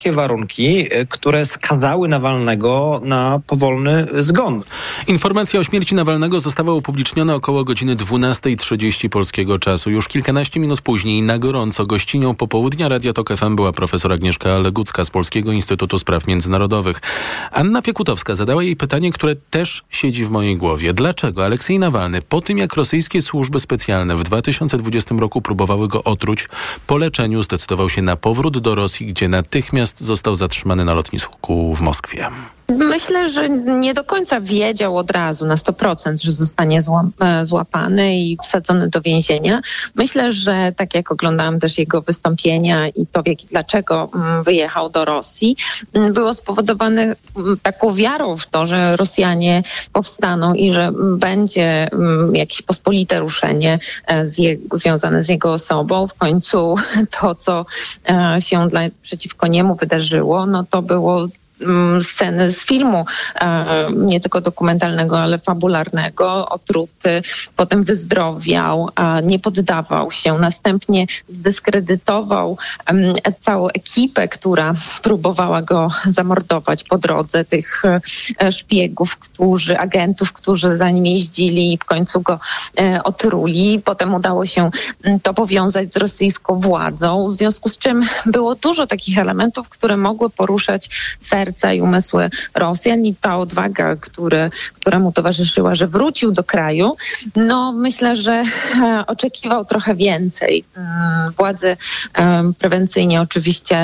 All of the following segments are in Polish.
warunki, które skazały Nawalnego na powolny zgon. Informacja o śmierci Nawalnego została upubliczniona około godziny 12:30 polskiego czasu. Już kilkanaście minut później na gorąco gościnią popołudnia Radia Tok FM była profesor Agnieszka Legucka z Polskiego Instytutu Spraw Międzynarodowych. Anna Piekutowska zadała jej pytanie, które też siedzi w mojej głowie. Dlaczego Aleksiej Nawalny, po tym jak rosyjskie służby specjalne w 2020 roku próbowały go otruć, po leczeniu zdecydował się na powrót do Rosji, gdzie natychmiast został zatrzymany na lotnisku w Moskwie? Myślę, że nie do końca wiedział od razu na 100%, że zostanie złapany i wsadzony do więzienia. Myślę, że tak jak oglądałam też jego wystąpienia i to dlaczego wyjechał do Rosji, było spowodowane taką wiarą w to, że Rosjanie powstaną i że będzie jakieś pospolite ruszenie związane z jego osobą. W końcu to, co się przeciwko niemu wydarzyło, no to było sceny z filmu, nie tylko dokumentalnego, ale fabularnego, otruty, potem wyzdrowiał, nie poddawał się, następnie zdyskredytował całą ekipę, która próbowała go zamordować po drodze, tych szpiegów, agentów, którzy za nim jeździli i w końcu go otruli. Potem udało się to powiązać z rosyjską władzą, w związku z czym było dużo takich elementów, które mogły poruszać serca i umysły Rosjan i ta odwaga, która mu towarzyszyła, że wrócił do kraju, no myślę, że oczekiwał trochę więcej. Władze prewencyjnie oczywiście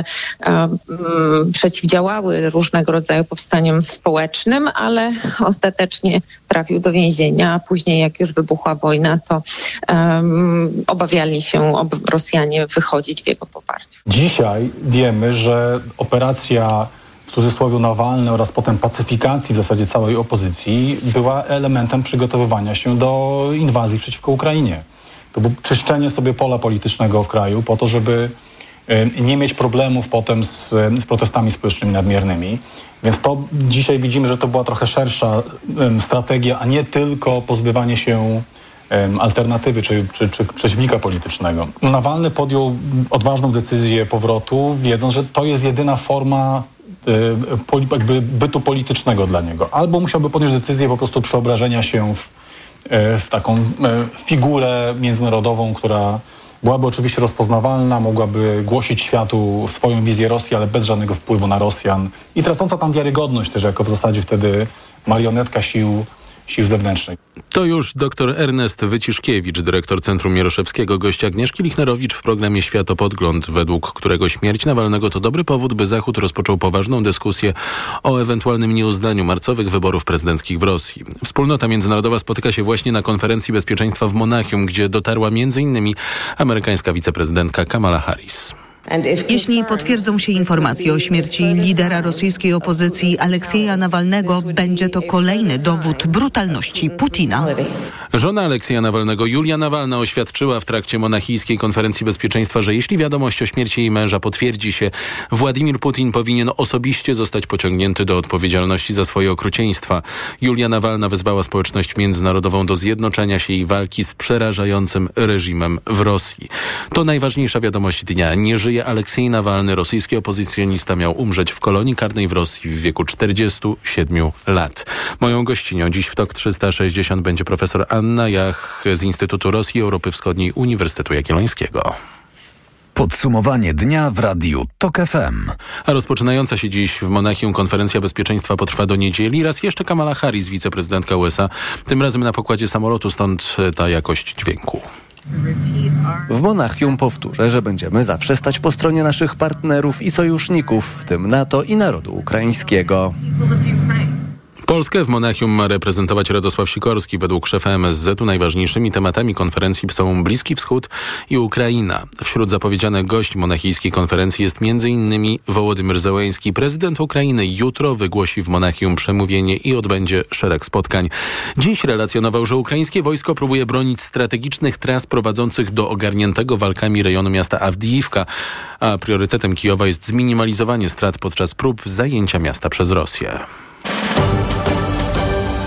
przeciwdziałały różnego rodzaju powstaniom społecznym, ale ostatecznie trafił do więzienia, a później jak już wybuchła wojna, to obawiali się Rosjanie wychodzić w jego poparciu. Dzisiaj wiemy, że operacja w cudzysłowie Nawalny oraz potem pacyfikacji w zasadzie całej opozycji była elementem przygotowywania się do inwazji przeciwko Ukrainie. To było czyszczenie sobie pola politycznego w kraju po to, żeby nie mieć problemów potem z protestami społecznymi nadmiernymi. Więc to dzisiaj widzimy, że to była trochę szersza strategia, a nie tylko pozbywanie się alternatywy czy przeciwnika politycznego. Nawalny podjął odważną decyzję powrotu, wiedząc, że to jest jedyna forma bytu politycznego dla niego. Albo musiałby podjąć decyzję po prostu przeobrażenia się w taką figurę międzynarodową, która byłaby oczywiście rozpoznawalna, mogłaby głosić światu swoją wizję Rosji, ale bez żadnego wpływu na Rosjan i tracąca tam wiarygodność też jako w zasadzie wtedy marionetka sił zewnętrznych. To już dr Ernest Wyciszkiewicz, dyrektor Centrum Mieroszewskiego, gość Agnieszki Lichnerowicz w programie Światopodgląd, według którego śmierć Nawalnego to dobry powód, by Zachód rozpoczął poważną dyskusję o ewentualnym nieuznaniu marcowych wyborów prezydenckich w Rosji. Wspólnota międzynarodowa spotyka się właśnie na konferencji bezpieczeństwa w Monachium, gdzie dotarła m.in. amerykańska wiceprezydentka Kamala Harris. Jeśli potwierdzą się informacje o śmierci lidera rosyjskiej opozycji Aleksieja Nawalnego, będzie to kolejny dowód brutalności Putina. Żona Aleksieja Nawalnego, Julia Nawalna, oświadczyła w trakcie monachijskiej konferencji bezpieczeństwa, że jeśli wiadomość o śmierci jej męża potwierdzi się, Władimir Putin powinien osobiście zostać pociągnięty do odpowiedzialności za swoje okrucieństwa. Julia Nawalna wezwała społeczność międzynarodową do zjednoczenia się i walki z przerażającym reżimem w Rosji. To najważniejsza wiadomość dnia. Nie żyje Aleksiej Nawalny, rosyjski opozycjonista, miał umrzeć w kolonii karnej w Rosji w wieku 47 lat. Moją gościnią dziś w TOK 360 będzie profesor Anna Jach z Instytutu Rosji i Europy Wschodniej Uniwersytetu Jagiellońskiego. Podsumowanie dnia w Radiu TOK FM. A rozpoczynająca się dziś w Monachium konferencja bezpieczeństwa potrwa do niedzieli. Raz jeszcze Kamala Harris, wiceprezydentka USA, tym razem na pokładzie samolotu, stąd ta jakość dźwięku. W Monachium powtórzę, że będziemy zawsze stać po stronie naszych partnerów i sojuszników, w tym NATO i narodu ukraińskiego. Polskę w Monachium ma reprezentować Radosław Sikorski. Według szefa MSZ-u najważniejszymi tematami konferencji są Bliski Wschód i Ukraina. Wśród zapowiedzianych gości monachijskiej konferencji jest m.in. Wołodymyr Zełenski. Prezydent Ukrainy jutro wygłosi w Monachium przemówienie i odbędzie szereg spotkań. Dziś relacjonował, że ukraińskie wojsko próbuje bronić strategicznych tras prowadzących do ogarniętego walkami rejonu miasta Awdijiwka, a priorytetem Kijowa jest zminimalizowanie strat podczas prób zajęcia miasta przez Rosję.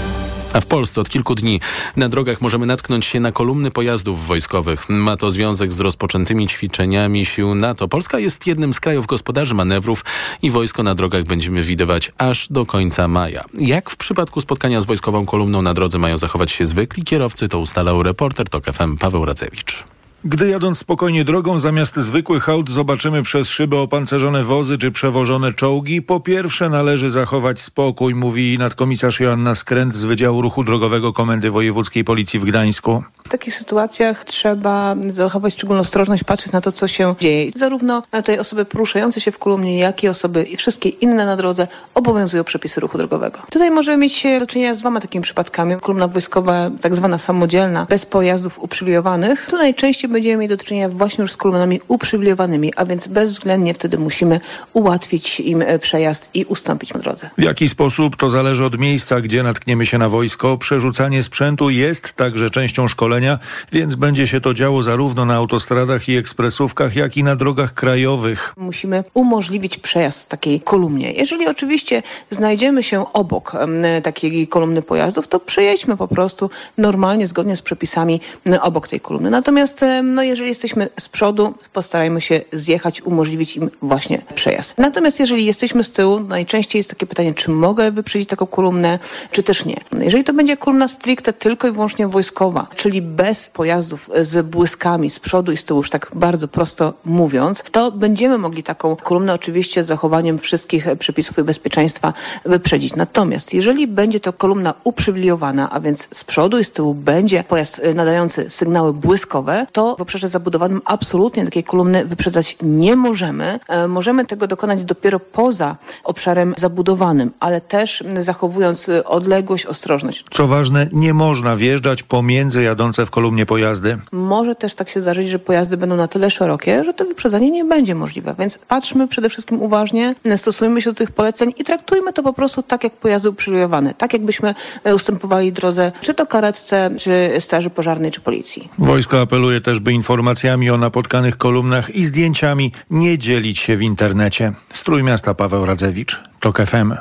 A w Polsce od kilku dni na drogach możemy natknąć się na kolumny pojazdów wojskowych. Ma to związek z rozpoczętymi ćwiczeniami sił NATO. Polska jest jednym z krajów gospodarzy manewrów i wojsko na drogach będziemy widywać aż do końca maja. Jak w przypadku spotkania z wojskową kolumną na drodze mają zachować się zwykli kierowcy, to ustalał reporter TOK FM Paweł Radzewicz. Gdy jadąc spokojnie drogą, zamiast zwykłych aut zobaczymy przez szyby opancerzone wozy czy przewożone czołgi, po pierwsze należy zachować spokój, mówi nadkomisarz Joanna Skręt z Wydziału Ruchu Drogowego Komendy Wojewódzkiej Policji w Gdańsku. W takich sytuacjach trzeba zachować szczególną ostrożność, patrzeć na to, co się dzieje. Zarówno tej osoby poruszające się w kolumnie, jak i osoby i wszystkie inne na drodze obowiązują przepisy ruchu drogowego. Tutaj możemy mieć do czynienia z 2 takimi przypadkami. Kolumna wojskowa, tak zwana samodzielna, bez pojazdów uprzywilejowanych. Tu najczęściej będziemy mieli do czynienia właśnie już z kolumnami uprzywilejowanymi, a więc bezwzględnie wtedy musimy ułatwić im przejazd i ustąpić na drodze. W jaki sposób, to zależy od miejsca, gdzie natkniemy się na wojsko. Przerzucanie sprzętu jest także częścią szkolenia, więc będzie się to działo zarówno na autostradach i ekspresówkach, jak i na drogach krajowych. Musimy umożliwić przejazd w takiej kolumnie. Jeżeli oczywiście znajdziemy się obok takiej kolumny pojazdów, to przejedźmy po prostu normalnie, zgodnie z przepisami obok tej kolumny. Natomiast jeżeli jesteśmy z przodu, postarajmy się zjechać, umożliwić im właśnie przejazd. Natomiast jeżeli jesteśmy z tyłu, najczęściej jest takie pytanie, czy mogę wyprzedzić taką kolumnę, czy też nie. Jeżeli to będzie kolumna stricte tylko i wyłącznie wojskowa, czyli bez pojazdów z błyskami z przodu i z tyłu, już tak bardzo prosto mówiąc, to będziemy mogli taką kolumnę oczywiście z zachowaniem wszystkich przepisów i bezpieczeństwa wyprzedzić. Natomiast jeżeli będzie to kolumna uprzywilejowana, a więc z przodu i z tyłu będzie pojazd nadający sygnały błyskowe, to w obszarze zabudowanym absolutnie takiej kolumny wyprzedzać nie możemy. Możemy tego dokonać dopiero poza obszarem zabudowanym, ale też zachowując odległość, ostrożność. Co ważne, nie można wjeżdżać pomiędzy jadące w kolumnie pojazdy. Może też tak się zdarzyć, że pojazdy będą na tyle szerokie, że to wyprzedzanie nie będzie możliwe. Więc patrzmy przede wszystkim uważnie, stosujmy się do tych poleceń i traktujmy to po prostu tak jak pojazdy uprzywilejowane. Tak jakbyśmy ustępowali drodze, czy to karetce, czy straży pożarnej, czy policji. Wojsko apeluje też, by informacjami o napotkanych kolumnach i zdjęciami nie dzielić się w internecie. Z Trójmiasta Paweł Radzewicz, TOK FM.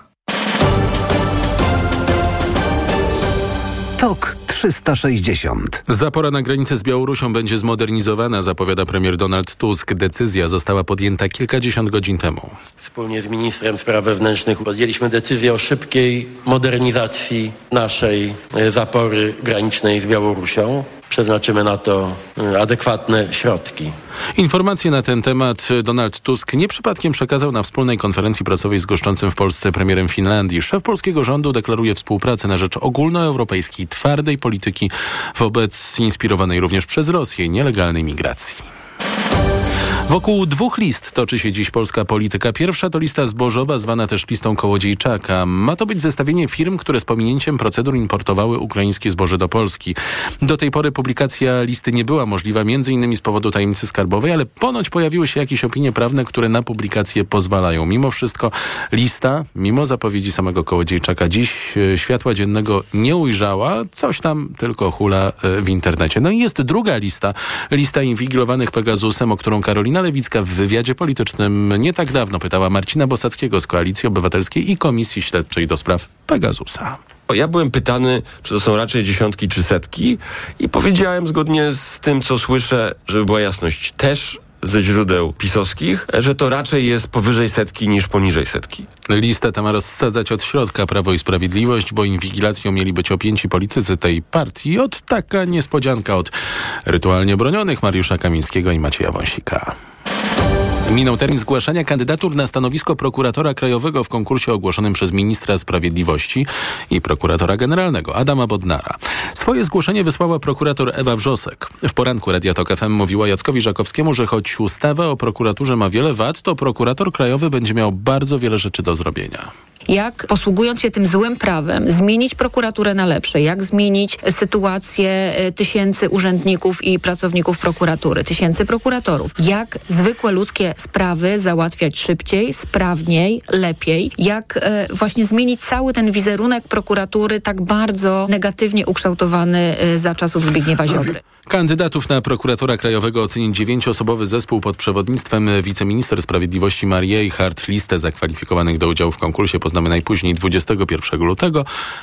TOK 360. Zapora na granicę z Białorusią będzie zmodernizowana, zapowiada premier Donald Tusk. Decyzja została podjęta kilkadziesiąt godzin temu. Wspólnie z ministrem spraw wewnętrznych podjęliśmy decyzję o szybkiej modernizacji naszej zapory granicznej z Białorusią. Przeznaczymy na to adekwatne środki. Informacje na ten temat Donald Tusk nie przypadkiem przekazał na wspólnej konferencji prasowej z goszczącym w Polsce premierem Finlandii. Szef polskiego rządu deklaruje współpracę na rzecz ogólnoeuropejskiej, twardej polityki wobec inspirowanej również przez Rosję nielegalnej migracji. Wokół 2 list toczy się dziś polska polityka. Pierwsza to lista zbożowa, zwana też listą Kołodziejczaka. Ma to być zestawienie firm, które z pominięciem procedur importowały ukraińskie zboże do Polski. Do tej pory publikacja listy nie była możliwa, m.in. z powodu tajemnicy skarbowej, ale ponoć pojawiły się jakieś opinie prawne, które na publikację pozwalają. Mimo wszystko lista, mimo zapowiedzi samego Kołodziejczaka, dziś światła dziennego nie ujrzała. Coś tam tylko hula w internecie. No i jest druga lista. Lista inwigilowanych Pegasusem, o którą Karolina Lewicka w wywiadzie politycznym nie tak dawno pytała Marcina Bosackiego z Koalicji Obywatelskiej i Komisji Śledczej do spraw Pegasusa. Ja byłem pytany, czy to są raczej dziesiątki czy setki i powiedziałem zgodnie z tym, co słyszę, żeby była jasność, też ze źródeł pisowskich, że to raczej jest powyżej setki niż poniżej setki. Listę tę ma rozsadzać od środka Prawo i Sprawiedliwość, bo inwigilacją mieli być objęci politycy tej partii. Ot taka niespodzianka od rytualnie bronionych Mariusza Kamińskiego i Macieja Wąsika. Minął termin zgłaszania kandydatur na stanowisko prokuratora krajowego w konkursie ogłoszonym przez ministra sprawiedliwości i prokuratora generalnego Adama Bodnara. Swoje zgłoszenie wysłała prokurator Ewa Wrzosek. W poranku Radia TOK FM mówiła Jackowi Żakowskiemu, że choć ustawa o prokuraturze ma wiele wad, to prokurator krajowy będzie miał bardzo wiele rzeczy do zrobienia. Jak posługując się tym złym prawem zmienić prokuraturę na lepsze, jak zmienić sytuację tysięcy urzędników i pracowników prokuratury, tysięcy prokuratorów, jak zwykłe ludzkie sprawy załatwiać szybciej, sprawniej, lepiej, jak właśnie zmienić cały ten wizerunek prokuratury tak bardzo negatywnie ukształtowany za czasów Zbigniewa Ziobry. Kandydatów na prokuratora krajowego oceni 9-osobowy zespół pod przewodnictwem wiceminister sprawiedliwości Marii Eichhardt. Listę zakwalifikowanych do udziału w konkursie poznamy najpóźniej 21 lutego.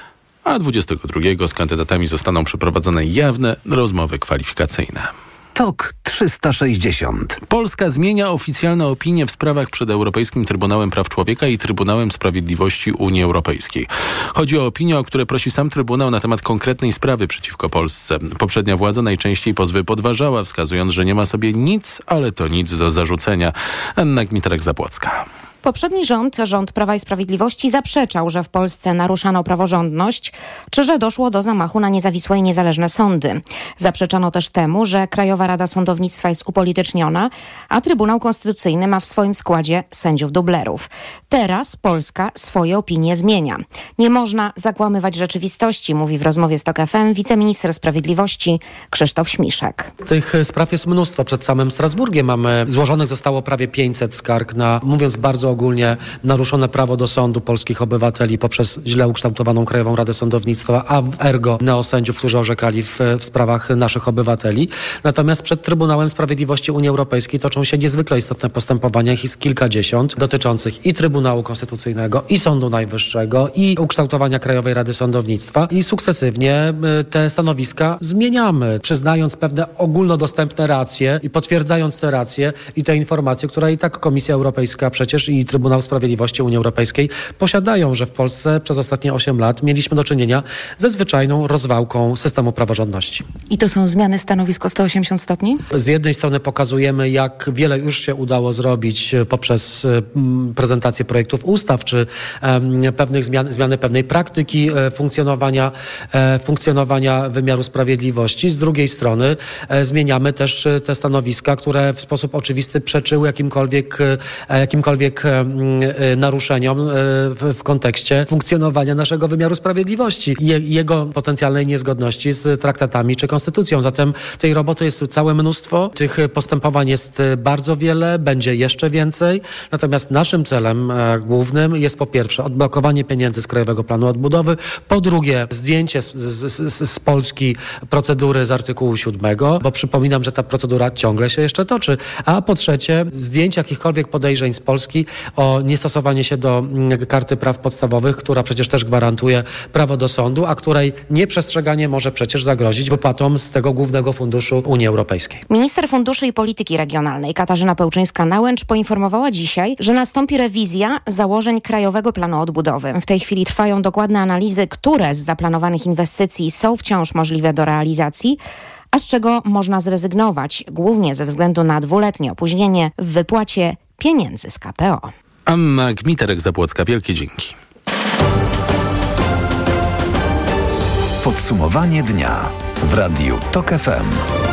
a 22 z kandydatami zostaną przeprowadzone jawne rozmowy kwalifikacyjne. TOK 360. Polska zmienia oficjalne opinie w sprawach przed Europejskim Trybunałem Praw Człowieka i Trybunałem Sprawiedliwości Unii Europejskiej. Chodzi o opinie, o które prosi sam Trybunał na temat konkretnej sprawy przeciwko Polsce. Poprzednia władza najczęściej pozwy podważała, wskazując, że nie ma sobie nic, ale to nic do zarzucenia. Anna Gmiterek-Zabłocka. Poprzedni rząd Prawa i Sprawiedliwości zaprzeczał, że w Polsce naruszano praworządność, czy że doszło do zamachu na niezawisłe i niezależne sądy. Zaprzeczano też temu, że Krajowa Rada Sądownictwa jest upolityczniona, a Trybunał Konstytucyjny ma w swoim składzie sędziów dublerów. Teraz Polska swoje opinie zmienia. Nie można zakłamywać rzeczywistości, mówi w rozmowie z TOK FM wiceminister sprawiedliwości Krzysztof Śmiszek. Tych spraw jest mnóstwo. Przed samym Strasburgiem złożonych zostało prawie 500 skarg na, mówiąc bardzo ogólnie, naruszone prawo do sądu polskich obywateli poprzez źle ukształtowaną Krajową Radę Sądownictwa, a ergo neosędziów, którzy orzekali w sprawach naszych obywateli. Natomiast przed Trybunałem Sprawiedliwości Unii Europejskiej toczą się niezwykle istotne postępowania, ich jest kilkadziesiąt, dotyczących i Trybunału Konstytucyjnego, i Sądu Najwyższego, i ukształtowania Krajowej Rady Sądownictwa, i sukcesywnie te stanowiska zmieniamy, przyznając pewne ogólnodostępne racje i potwierdzając te racje i te informacje, które i tak Komisja Europejska przecież i Trybunał Sprawiedliwości Unii Europejskiej posiadają, że w Polsce przez ostatnie 8 lat mieliśmy do czynienia ze zwyczajną rozwałką systemu praworządności. I to są zmiany stanowisk o 180 stopni? Z jednej strony pokazujemy, jak wiele już się udało zrobić poprzez prezentację projektów ustaw, czy pewnych zmiany pewnej praktyki funkcjonowania wymiaru sprawiedliwości. Z drugiej strony zmieniamy też te stanowiska, które w sposób oczywisty przeczyły jakimkolwiek naruszeniom w kontekście funkcjonowania naszego wymiaru sprawiedliwości i jego potencjalnej niezgodności z traktatami czy konstytucją. Zatem tej roboty jest całe mnóstwo, tych postępowań jest bardzo wiele, będzie jeszcze więcej. Natomiast naszym celem głównym jest po pierwsze odblokowanie pieniędzy z Krajowego Planu Odbudowy, po drugie zdjęcie z Polski procedury z artykułu 7, bo przypominam, że ta procedura ciągle się jeszcze toczy, a po trzecie zdjęcie jakichkolwiek podejrzeń z Polski o niestosowanie się do Karty Praw Podstawowych, która przecież też gwarantuje prawo do sądu, a której nieprzestrzeganie może przecież zagrozić wypłatą z tego głównego funduszu Unii Europejskiej. Minister Funduszy i Polityki Regionalnej Katarzyna Pełczyńska-Nałęcz poinformowała dzisiaj, że nastąpi rewizja założeń Krajowego Planu Odbudowy. W tej chwili trwają dokładne analizy, które z zaplanowanych inwestycji są wciąż możliwe do realizacji, a z czego można zrezygnować, głównie ze względu na 2-letnie opóźnienie w wypłacie pieniędzy z KPO. Anna Gmiterek-Zabłocka, wielkie dzięki. Podsumowanie dnia w Radiu TOK FM.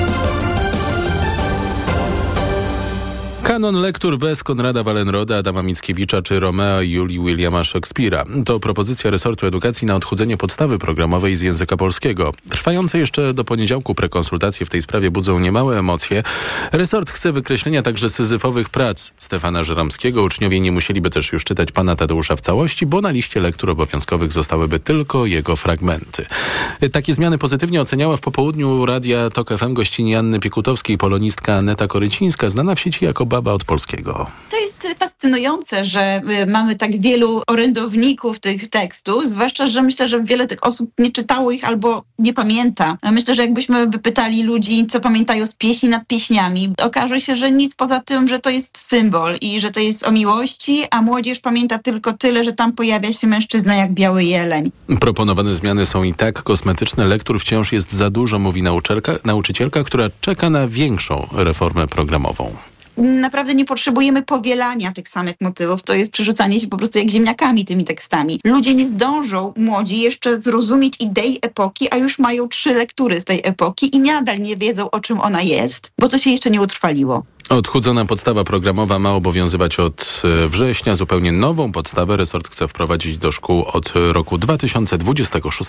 Kanon lektur bez Konrada Wallenroda, Adama Mickiewicza czy Romea i Julii Williama Szekspira. To propozycja resortu edukacji na odchudzenie podstawy programowej z języka polskiego. Trwające jeszcze do poniedziałku prekonsultacje w tej sprawie budzą niemałe emocje. Resort chce wykreślenia także syzyfowych prac Stefana Żeromskiego. Uczniowie nie musieliby też już czytać Pana Tadeusza w całości, bo na liście lektur obowiązkowych zostałyby tylko jego fragmenty. Takie zmiany pozytywnie oceniała w popołudniu Radia TOK FM gościni Anny Piekutowskiej polonistka Aneta Korycińska, znana w sieci jako baba od polskiego. To jest fascynujące, że mamy tak wielu orędowników tych tekstów, zwłaszcza, że myślę, że wiele tych osób nie czytało ich albo nie pamięta. Myślę, że jakbyśmy wypytali ludzi, co pamiętają z pieśni nad pieśniami, okaże się, że nic poza tym, że to jest symbol i że to jest o miłości, a młodzież pamięta tylko tyle, że tam pojawia się mężczyzna jak biały jeleń. Proponowane zmiany są i tak kosmetyczne. Lektur wciąż jest za dużo, mówi nauczycielka, która czeka na większą reformę programową. Naprawdę nie potrzebujemy powielania tych samych motywów. To jest przerzucanie się po prostu jak ziemniakami tymi tekstami. Ludzie nie zdążą, młodzi, jeszcze zrozumieć idei epoki, a już mają 3 lektury z tej epoki i nadal nie wiedzą, o czym ona jest, bo to się jeszcze nie utrwaliło. Odchudzona podstawa programowa ma obowiązywać od września. Zupełnie nową podstawę resort chce wprowadzić do szkół od roku 2026.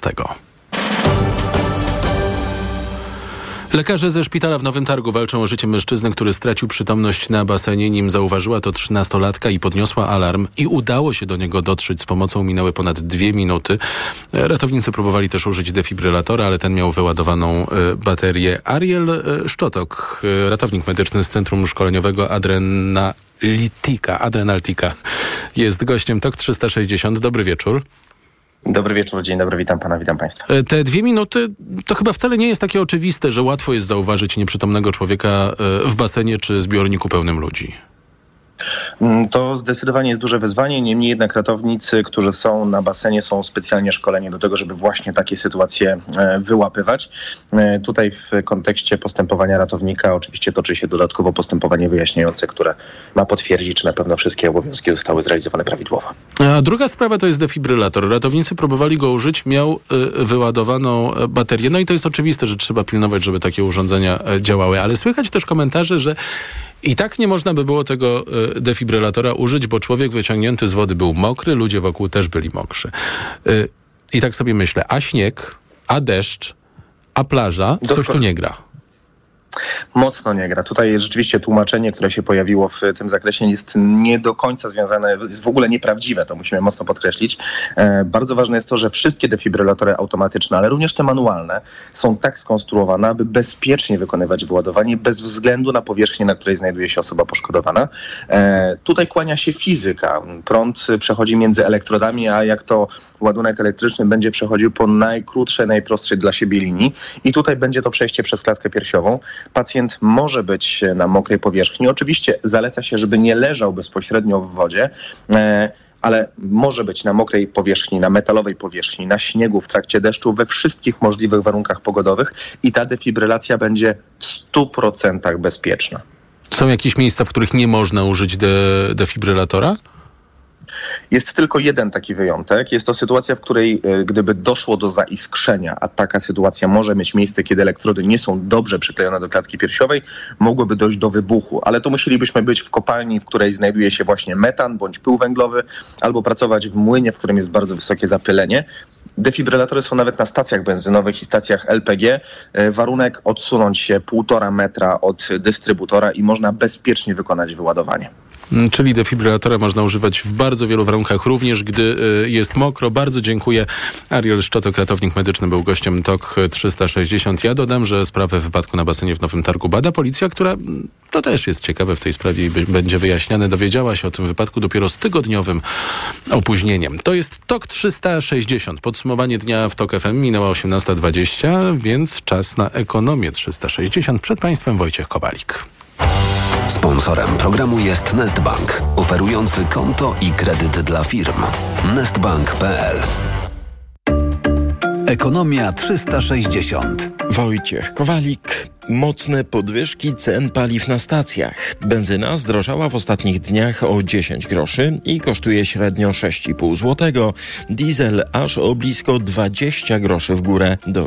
Lekarze ze szpitala w Nowym Targu walczą o życie mężczyzny, który stracił przytomność na basenie, nim zauważyła to 13-latka i podniosła alarm i udało się do niego dotrzeć z pomocą. Minęły ponad 2 minuty. Ratownicy próbowali też użyć defibrylatora, ale ten miał wyładowaną baterię. Ariel Szczotok, ratownik medyczny z Centrum Szkoleniowego Adrenaltika, jest gościem TOK 360. Dobry wieczór. Dobry wieczór, dzień dobry, witam pana, witam państwa. Te 2 minuty to chyba wcale nie jest takie oczywiste, że łatwo jest zauważyć nieprzytomnego człowieka w basenie czy zbiorniku pełnym ludzi. To zdecydowanie jest duże wyzwanie, niemniej jednak ratownicy, którzy są na basenie, są specjalnie szkoleni do tego, żeby właśnie takie sytuacje wyłapywać. Tutaj w kontekście postępowania ratownika oczywiście toczy się dodatkowo postępowanie wyjaśniające, które ma potwierdzić, czy na pewno wszystkie obowiązki zostały zrealizowane prawidłowo. A druga sprawa to jest defibrylator. Ratownicy próbowali go użyć, miał wyładowaną baterię. No i to jest oczywiste, że trzeba pilnować, żeby takie urządzenia działały, ale słychać też komentarze, że i tak nie można by było tego defibrylatora użyć, bo człowiek wyciągnięty z wody był mokry, ludzie wokół też byli mokrzy. I tak sobie myślę, a śnieg, a deszcz, a plaża, coś tu nie gra. Mocno nie gra. Tutaj rzeczywiście tłumaczenie, które się pojawiło w tym zakresie, jest nie do końca związane, jest w ogóle nieprawdziwe, to musimy mocno podkreślić. Bardzo ważne jest to, że wszystkie defibrylatory automatyczne, ale również te manualne, są tak skonstruowane, aby bezpiecznie wykonywać wyładowanie bez względu na powierzchnię, na której znajduje się osoba poszkodowana. Tutaj kłania się fizyka. Prąd przechodzi między elektrodami, a jak to ładunek elektryczny będzie przechodził po najkrótszej, najprostszej dla siebie linii i tutaj będzie to przejście przez klatkę piersiową. Pacjent może być na mokrej powierzchni. Oczywiście zaleca się, żeby nie leżał bezpośrednio w wodzie, ale może być na mokrej powierzchni, na metalowej powierzchni, na śniegu, w trakcie deszczu, we wszystkich możliwych warunkach pogodowych i ta defibrylacja będzie w 100% bezpieczna. Są jakieś miejsca, w których nie można użyć defibrylatora? Jest tylko jeden taki wyjątek. Jest to sytuacja, w której gdyby doszło do zaiskrzenia, a taka sytuacja może mieć miejsce, kiedy elektrody nie są dobrze przyklejone do klatki piersiowej, mogłoby dojść do wybuchu. Ale to musielibyśmy być w kopalni, w której znajduje się właśnie metan bądź pył węglowy, albo pracować w młynie, w którym jest bardzo wysokie zapylenie. Defibrylatory są nawet na stacjach benzynowych i stacjach LPG. Warunek odsunąć się 1,5 metra od dystrybutora i można bezpiecznie wykonać wyładowanie. Czyli defibrylatora można używać w bardzo wielu warunkach, również gdy jest mokro. Bardzo dziękuję. Ariel Szczotek, ratownik medyczny, był gościem TOK 360. Ja dodam, że sprawę wypadku na basenie w Nowym Targu bada policja, która, to też jest ciekawe w tej sprawie i będzie wyjaśniane, dowiedziała się o tym wypadku dopiero z tygodniowym opóźnieniem. To jest TOK 360. Podsumowanie dnia w TOK FM. Minęła 18:20, więc czas na ekonomię 360. Przed państwem Wojciech Kowalik. Sponsorem programu jest Nestbank, oferujący konto i kredyt dla firm. Nestbank.pl. Ekonomia 360. Wojciech Kowalik. Mocne podwyżki cen paliw na stacjach. Benzyna zdrożała w ostatnich dniach o 10 groszy i kosztuje średnio 6,5 zł. Diesel aż o blisko 20 groszy w górę do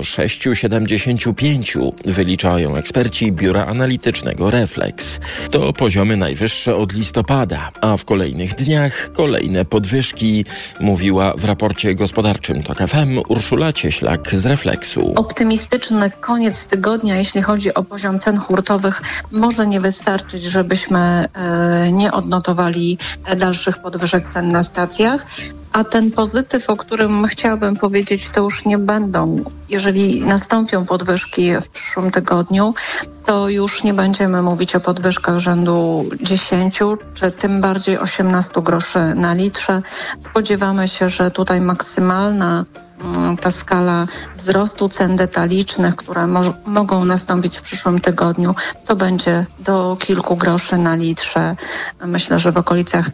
6,75, wyliczają eksperci biura analitycznego Reflex. To poziomy najwyższe od listopada, a w kolejnych dniach kolejne podwyżki, mówiła w raporcie gospodarczym TOK FM Urszula Cieślak z Reflexu. Optymistyczny koniec tygodnia, jeśli chodzi o poziom cen hurtowych, może nie wystarczyć, żebyśmy nie odnotowali dalszych podwyżek cen na stacjach. A ten pozytyw, o którym chciałabym powiedzieć, to już nie będą. Jeżeli nastąpią podwyżki w przyszłym tygodniu, to już nie będziemy mówić o podwyżkach rzędu 10 czy tym bardziej 18 groszy na litrze. Spodziewamy się, że tutaj maksymalna ta skala wzrostu cen detalicznych, które mogą nastąpić w przyszłym tygodniu, to będzie do kilku groszy na litrze. Myślę, że w okolicach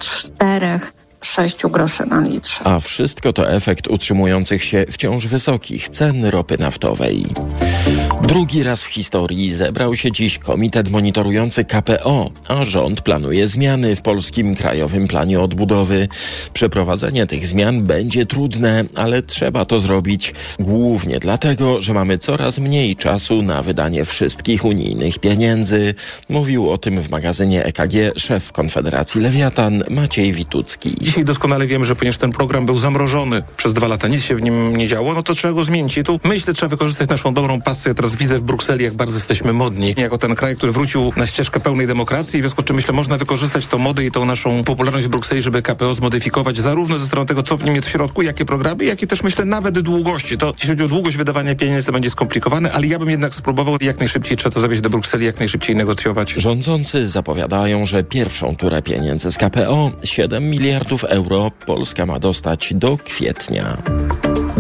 4-6 groszy na litrze. A wszystko to efekt utrzymujących się wciąż wysokich cen ropy naftowej. Drugi raz w historii zebrał się dziś komitet monitorujący KPO, a rząd planuje zmiany w Polskim Krajowym Planie Odbudowy. Przeprowadzenie tych zmian będzie trudne, ale trzeba to zrobić. Głównie dlatego, że mamy coraz mniej czasu na wydanie wszystkich unijnych pieniędzy. Mówił o tym w magazynie EKG szef Konfederacji Lewiatan Maciej Witucki. Dzisiaj doskonale wiemy, że ponieważ ten program był zamrożony przez 2 lata, nic się w nim nie działo, no to trzeba go zmienić. I tu myślę, trzeba wykorzystać naszą dobrą pasję. Ja teraz widzę w Brukseli, jak bardzo jesteśmy modni, jako ten kraj, który wrócił na ścieżkę pełnej demokracji. W związku z czym myślę, można wykorzystać tą modę i tą naszą popularność w Brukseli, żeby KPO zmodyfikować zarówno ze strony tego, co w nim jest w środku, jakie programy, jak i też myślę nawet długości. To jeśli chodzi o długość wydawania pieniędzy, to będzie skomplikowane, ale ja bym jednak spróbował jak najszybciej, trzeba to zawieźć do Brukseli, jak najszybciej negocjować. Rządzący zapowiadają, że pierwszą turę pieniędzy z KPO, 7 miliardów euro, Polska ma dostać do kwietnia.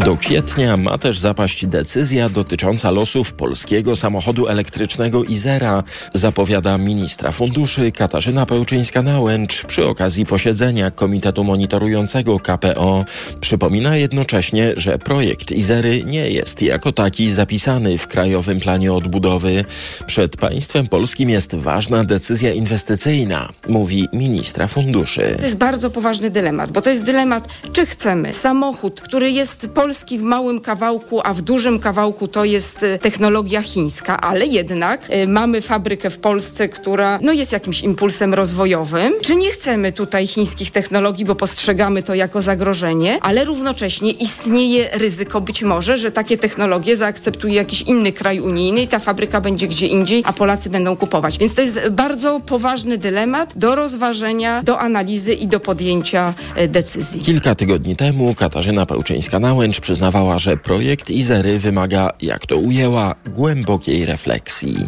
Do kwietnia ma też zapaść decyzja dotycząca losów polskiego samochodu elektrycznego Izera, zapowiada ministra funduszy Katarzyna Pełczyńska-Nałęcz przy okazji posiedzenia Komitetu Monitorującego KPO. Przypomina jednocześnie, że projekt Izery nie jest jako taki zapisany w Krajowym Planie Odbudowy. Przed państwem polskim jest ważna decyzja inwestycyjna, mówi ministra funduszy. To jest bardzo poważny dylemat, bo to jest dylemat, czy chcemy samochód, który jest polski w małym kawałku, a w dużym kawałku to jest technologia chińska, ale jednak mamy fabrykę w Polsce, która jest jakimś impulsem rozwojowym. Czy nie chcemy tutaj chińskich technologii, bo postrzegamy to jako zagrożenie, ale równocześnie istnieje ryzyko być może, że takie technologie zaakceptuje jakiś inny kraj unijny i ta fabryka będzie gdzie indziej, a Polacy będą kupować. Więc to jest bardzo poważny dylemat do rozważenia, do analizy i do podjęcia decyzji. Kilka tygodni temu Katarzyna Pełczyńska-Nałęcz przyznawała, że projekt Izery wymaga, jak to ujęła, głębokiej refleksji.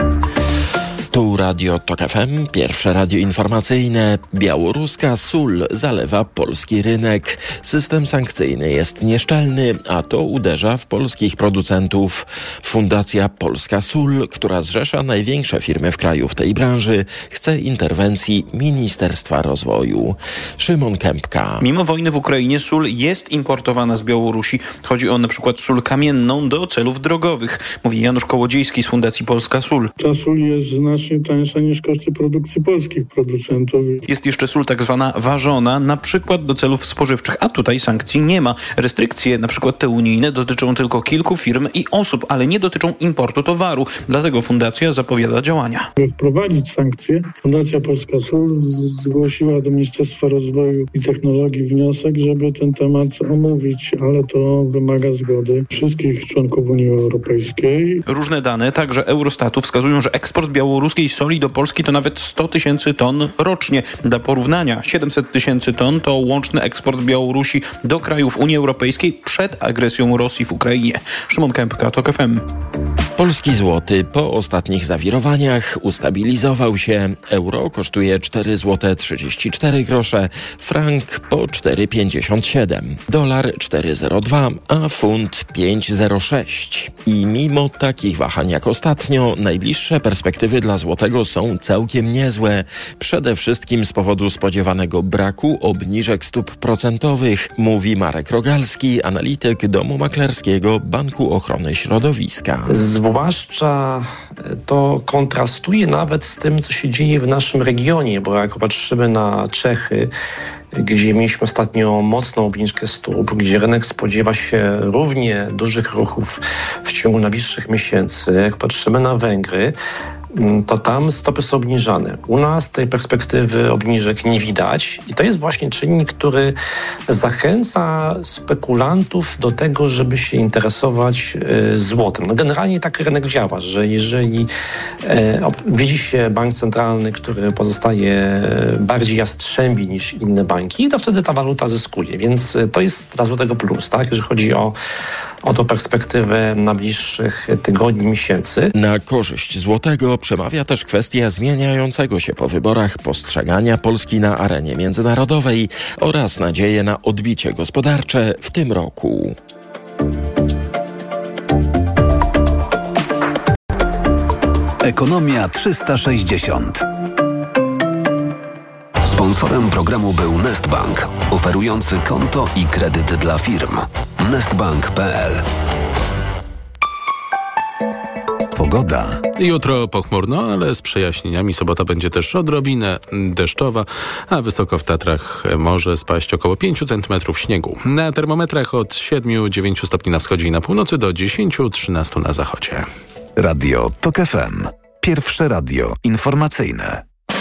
Tu Radio TOK FM, pierwsze radio informacyjne. Białoruska sól zalewa polski rynek. System sankcyjny jest nieszczelny, a to uderza w polskich producentów. Fundacja Polska Sól, która zrzesza największe firmy w kraju w tej branży, chce interwencji Ministerstwa Rozwoju. Szymon Kępka. Mimo wojny w Ukrainie sól jest importowana z Białorusi. Chodzi o na przykład sól kamienną do celów drogowych, mówi Janusz Kołodziejski z Fundacji Polska Sól. Ta sól jest znacznie tańsza niż koszty produkcji polskich producentów. Jest jeszcze sól tak zwana ważona, na przykład do celów spożywczych, a tutaj sankcji nie ma. Restrykcje, na przykład te unijne, dotyczą tylko kilku firm i osób, ale nie dotyczą importu towaru. Dlatego fundacja zapowiada działania. By wprowadzić sankcje, Fundacja Polska Sól zgłosiła do Ministerstwa Rozwoju i Technologii wniosek, żeby ten temat omówić, ale to wymaga zgody wszystkich członków Unii Europejskiej. Różne dane, także Eurostatu, wskazują, że eksport białoruskiej soli do Polski to nawet 100 000 ton rocznie. Dla porównania 700 000 ton to łączny eksport Białorusi do krajów Unii Europejskiej przed agresją Rosji w Ukrainie. Szymon Kępka, TOK FM. Polski złoty po ostatnich zawirowaniach ustabilizował się. Euro kosztuje 4,34 zł, frank po 4,57, dolar 4,02, a funt 5,06. I mimo takich wahań jak ostatnio, najbliższe perspektywy dla złotego są całkiem niezłe. Przede wszystkim z powodu spodziewanego braku obniżek stóp procentowych, mówi Marek Rogalski, analityk domu maklerskiego Banku Ochrony Środowiska. Zwłaszcza to kontrastuje nawet z tym, co się dzieje w naszym regionie, bo jak patrzymy na Czechy, gdzie mieliśmy ostatnio mocną obniżkę stóp, gdzie rynek spodziewa się równie dużych ruchów w ciągu najbliższych miesięcy. Jak patrzymy na Węgry, to tam stopy są obniżane. U nas tej perspektywy obniżek nie widać i to jest właśnie czynnik, który zachęca spekulantów do tego, żeby się interesować złotem. Generalnie tak rynek działa, że jeżeli widzi się bank centralny, który pozostaje bardziej jastrzębi niż inne banki, to wtedy ta waluta zyskuje. Więc to jest dla złotego plus, tak? Jeżeli chodzi o tą perspektywę najbliższych tygodni, miesięcy. Na korzyść złotego przemawia też kwestia zmieniającego się po wyborach postrzegania Polski na arenie międzynarodowej oraz nadzieję na odbicie gospodarcze w tym roku. Ekonomia 360. Sponsorem programu był Nestbank, oferujący konto i kredyt dla firm. Nestbank.pl. Pogoda. Jutro pochmurno, ale z przejaśnieniami. Sobota będzie też odrobinę deszczowa, a wysoko w Tatrach może spaść około 5 cm śniegu. Na termometrach od 7-9 stopni na wschodzie i na północy do 10-13 na zachodzie. Radio TOK FM. Pierwsze radio informacyjne.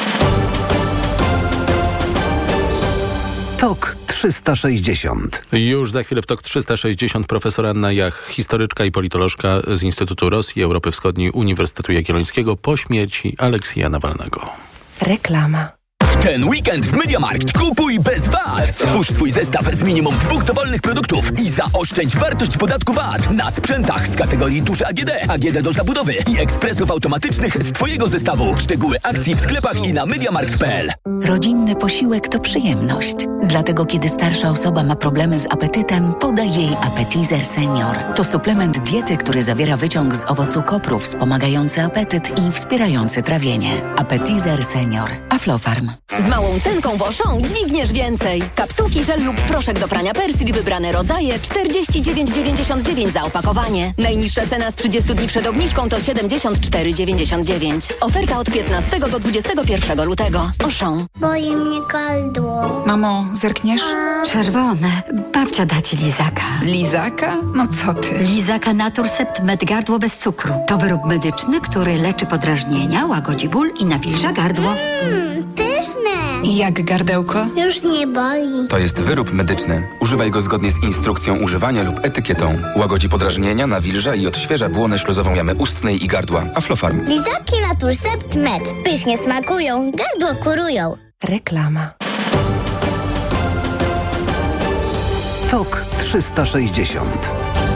TOK 360. Już za chwilę w TOK 360 profesor Anna Jach, historyczka i politolożka z Instytutu Rosji i Europy Wschodniej Uniwersytetu Jagiellońskiego po śmierci Aleksieja Nawalnego. Reklama. Ten weekend w MediaMarkt kupuj bez VAT. Stwórz swój zestaw z minimum 2 dowolnych produktów i zaoszczędź wartość podatku VAT na sprzętach z kategorii duże AGD, AGD do zabudowy i ekspresów automatycznych z Twojego zestawu. Szczegóły akcji w sklepach i na MediaMarkt.pl. Rodzinny posiłek to przyjemność. Dlatego kiedy starsza osoba ma problemy z apetytem, podaj jej Appetizer Senior. To suplement diety, który zawiera wyciąg z owocu kopru wspomagający apetyt i wspierający trawienie. Appetizer Senior. Aflofarm. Z małą cenką w Auchan dźwigniesz więcej. Kapsułki, żel lub proszek do prania Persil, wybrane rodzaje, 49,99 za opakowanie. Najniższa cena z 30 dni przed obniżką to 74,99. Oferta od 15 do 21 lutego. Auchan. Boli mnie gardło. Mamo, zerkniesz? Czerwone. Babcia da ci lizaka. Lizaka? No co ty? Lizaka Naturcept Med Gardło bez cukru. To wyrób medyczny, który leczy podrażnienia, łagodzi ból i nawilża gardło. Pyszne. I jak gardełko? Już nie boli. To jest wyrób medyczny. Używaj go zgodnie z instrukcją używania lub etykietą. Łagodzi podrażnienia, nawilża i odświeża błonę śluzową jamy ustnej i gardła. Aflofarm. Lizaki Naturcept Med. Pysznie smakują, gardło kurują. Reklama. TOK 360.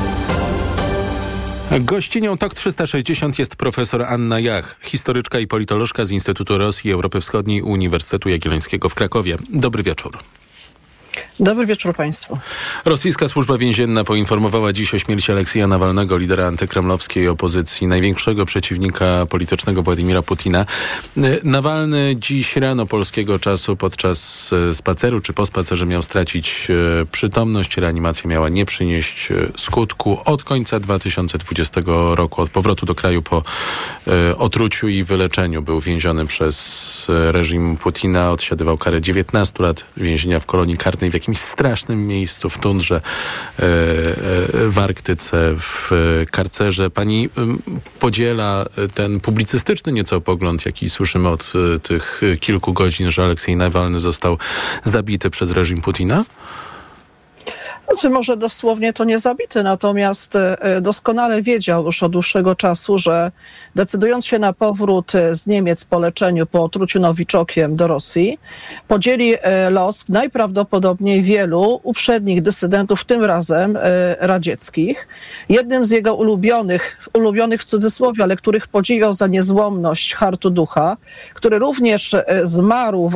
Gościnią TOK 360 jest profesor Anna Jach, historyczka i politolożka z Instytutu Rosji i Europy Wschodniej Uniwersytetu Jagiellońskiego w Krakowie. Dobry wieczór. Dobry wieczór Państwu. Rosyjska służba więzienna poinformowała dziś o śmierci Aleksieja Nawalnego, lidera antykremlowskiej opozycji, największego przeciwnika politycznego Władimira Putina. Nawalny dziś rano polskiego czasu podczas spaceru czy po spacerze miał stracić przytomność. Reanimacja miała nie przynieść skutku. Od końca 2020 roku, od powrotu do kraju po otruciu i wyleczeniu był więziony przez reżim Putina. Odsiadywał karę 19 lat więzienia w kolonii karnej w jakimś strasznym miejscu w tundrze w Arktyce, w karcerze. Pani podziela ten publicystyczny nieco pogląd, jaki słyszymy od tych kilku godzin, że Aleksiej Nawalny został zabity przez reżim Putina? Znaczy, może dosłownie to nie zabity, natomiast doskonale wiedział już od dłuższego czasu, że decydując się na powrót z Niemiec po leczeniu, po otruciu nowiczokiem do Rosji, podzieli los najprawdopodobniej wielu uprzednich dysydentów, tym razem radzieckich. Jednym z jego ulubionych w cudzysłowie, ale których podziwiał za niezłomność hartu ducha, który również zmarł w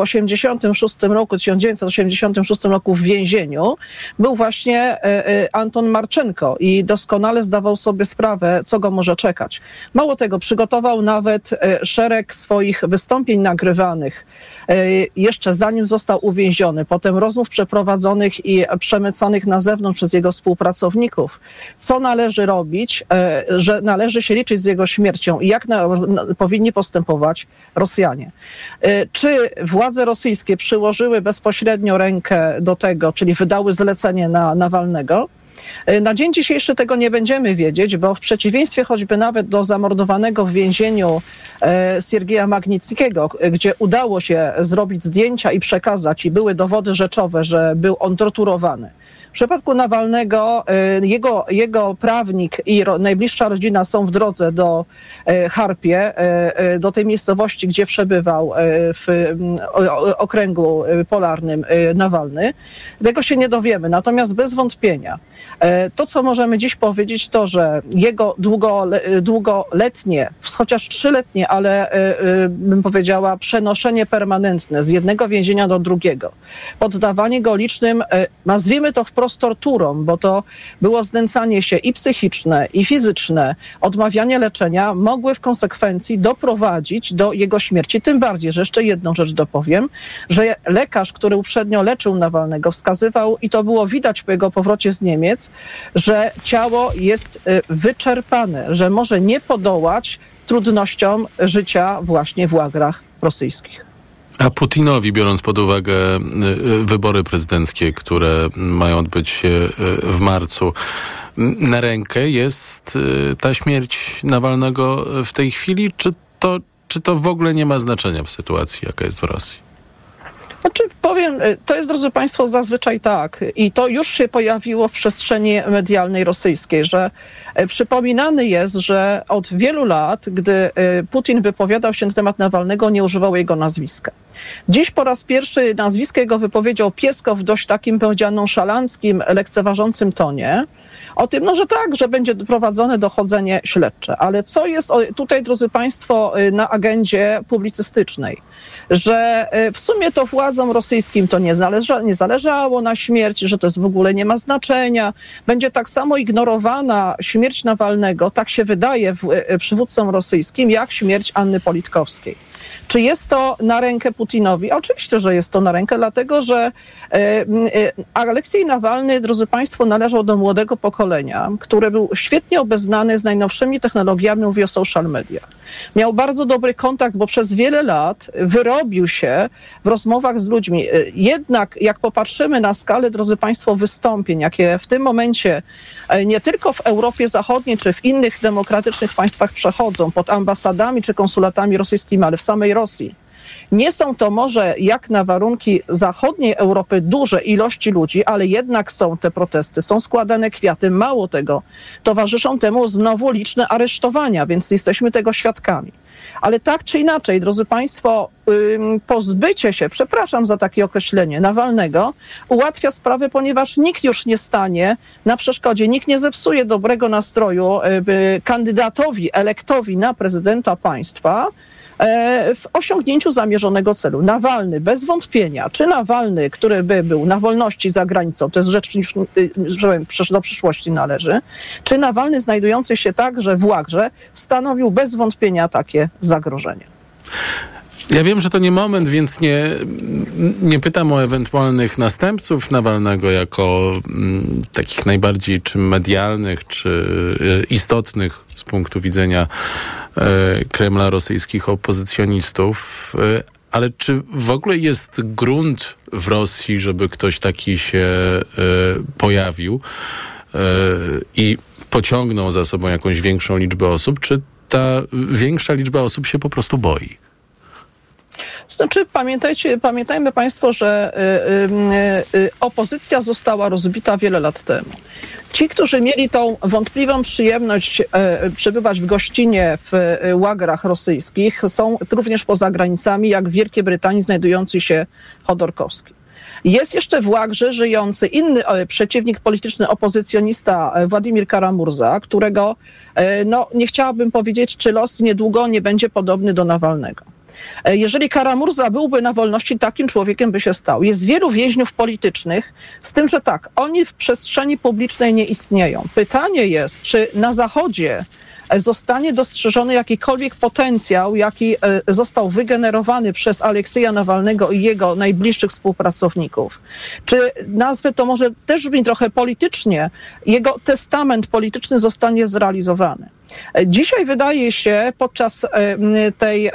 1986 roku w więzieniu, był właśnie Anton Marczenko i doskonale zdawał sobie sprawę, co go może czekać. Mało tego, przygotował nawet szereg swoich wystąpień nagrywanych jeszcze zanim został uwięziony, potem rozmów przeprowadzonych i przemyconych na zewnątrz przez jego współpracowników. Co należy robić, że należy się liczyć z jego śmiercią i jak powinni postępować Rosjanie. Czy władze rosyjskie przyłożyły bezpośrednio rękę do tego, czyli wydały zlecenie na Nawalnego? Na dzień dzisiejszy tego nie będziemy wiedzieć, bo w przeciwieństwie choćby nawet do zamordowanego w więzieniu Siergieja Magnickiego, gdzie udało się zrobić zdjęcia i przekazać i były dowody rzeczowe, że był on torturowany. W przypadku Nawalnego jego prawnik i najbliższa rodzina są w drodze do Charpie, do tej miejscowości, gdzie przebywał w okręgu polarnym Nawalny. Tego się nie dowiemy, natomiast bez wątpienia to, co możemy dziś powiedzieć, to, że jego długoletnie, chociaż 3-letnie, ale bym powiedziała przenoszenie permanentne z jednego więzienia do drugiego, poddawanie go licznym, nazwijmy to wprost torturom, bo to było znęcanie się i psychiczne, i fizyczne, odmawianie leczenia, mogły w konsekwencji doprowadzić do jego śmierci. Tym bardziej, że jeszcze jedną rzecz dopowiem, że lekarz, który uprzednio leczył Nawalnego, wskazywał, i to było widać po jego powrocie z Niemiec, że ciało jest wyczerpane, że może nie podołać trudnościom życia właśnie w łagrach rosyjskich. A Putinowi, biorąc pod uwagę wybory prezydenckie, które mają odbyć się w marcu, na rękę jest ta śmierć Nawalnego w tej chwili, czy to w ogóle nie ma znaczenia w sytuacji, jaka jest w Rosji? Znaczy, powiem, to jest, drodzy Państwo, zazwyczaj tak i to już się pojawiło w przestrzeni medialnej rosyjskiej, że przypominany jest, że od wielu lat, gdy Putin wypowiadał się na temat Nawalnego, nie używał jego nazwiska. Dziś po raz pierwszy nazwisko jego wypowiedział Pieskow w dość takim, powiedziano, nonszalanckim, lekceważącym tonie. O tym, no, że tak, że będzie prowadzone dochodzenie śledcze. Ale co jest tutaj, drodzy Państwo, na agendzie publicystycznej? Że w sumie to władzom rosyjskim to nie zależało na śmierci, że to w ogóle nie ma znaczenia. Będzie tak samo ignorowana śmierć Nawalnego, tak się wydaje przywódcom rosyjskim, jak śmierć Anny Politkowskiej. Czy jest to na rękę Putinowi? Oczywiście, że jest to na rękę, dlatego że Aleksiej Nawalny, drodzy Państwo, należał do młodego pokolenia, które był świetnie obeznany z najnowszymi technologiami, mówię o social mediach. Miał bardzo dobry kontakt, bo przez wiele lat wyrobił się w rozmowach z ludźmi. Jednak jak popatrzymy na skalę, drodzy Państwo, wystąpień, jakie w tym momencie nie tylko w Europie Zachodniej, czy w innych demokratycznych państwach przechodzą pod ambasadami czy konsulatami rosyjskimi, ale w samej Rosji. Nie są to może jak na warunki zachodniej Europy duże ilości ludzi, ale jednak są te protesty, są składane kwiaty. Mało tego, towarzyszą temu znowu liczne aresztowania, więc jesteśmy tego świadkami. Ale tak czy inaczej, drodzy Państwo, pozbycie się, przepraszam za takie określenie, Nawalnego ułatwia sprawę, ponieważ nikt już nie stanie na przeszkodzie, nikt nie zepsuje dobrego nastroju kandydatowi, elektowi na prezydenta państwa w osiągnięciu zamierzonego celu. Nawalny, bez wątpienia, czy Nawalny, który by był na wolności za granicą, to jest rzecz już do przyszłości należy, czy Nawalny znajdujący się także w łagrze stanowił bez wątpienia takie zagrożenie. Ja wiem, że to nie moment, więc nie pytam o ewentualnych następców Nawalnego jako takich najbardziej czy medialnych, czy istotnych z punktu widzenia Kremla rosyjskich opozycjonistów. Ale czy w ogóle jest grunt w Rosji, żeby ktoś taki się pojawił i pociągnął za sobą jakąś większą liczbę osób? Czy ta większa liczba osób się po prostu boi? Znaczy, pamiętajmy Państwo, że opozycja została rozbita wiele lat temu. Ci, którzy mieli tą wątpliwą przyjemność przebywać w gościnie w łagrach rosyjskich, są również poza granicami, jak w Wielkiej Brytanii znajdujący się Chodorkowski. Jest jeszcze w łagrze żyjący inny przeciwnik polityczny, opozycjonista Władimir Kara-Murza, którego, nie chciałabym powiedzieć, czy los niedługo nie będzie podobny do Nawalnego. Jeżeli Kara-Murza byłby na wolności, takim człowiekiem by się stał. Jest wielu więźniów politycznych, z tym, że tak, oni w przestrzeni publicznej nie istnieją. Pytanie jest, czy na Zachodzie zostanie dostrzeżony jakikolwiek potencjał, jaki został wygenerowany przez Aleksieja Nawalnego i jego najbliższych współpracowników. Czy nazwę to może też brzmi trochę politycznie, jego testament polityczny zostanie zrealizowany. Dzisiaj wydaje się podczas tej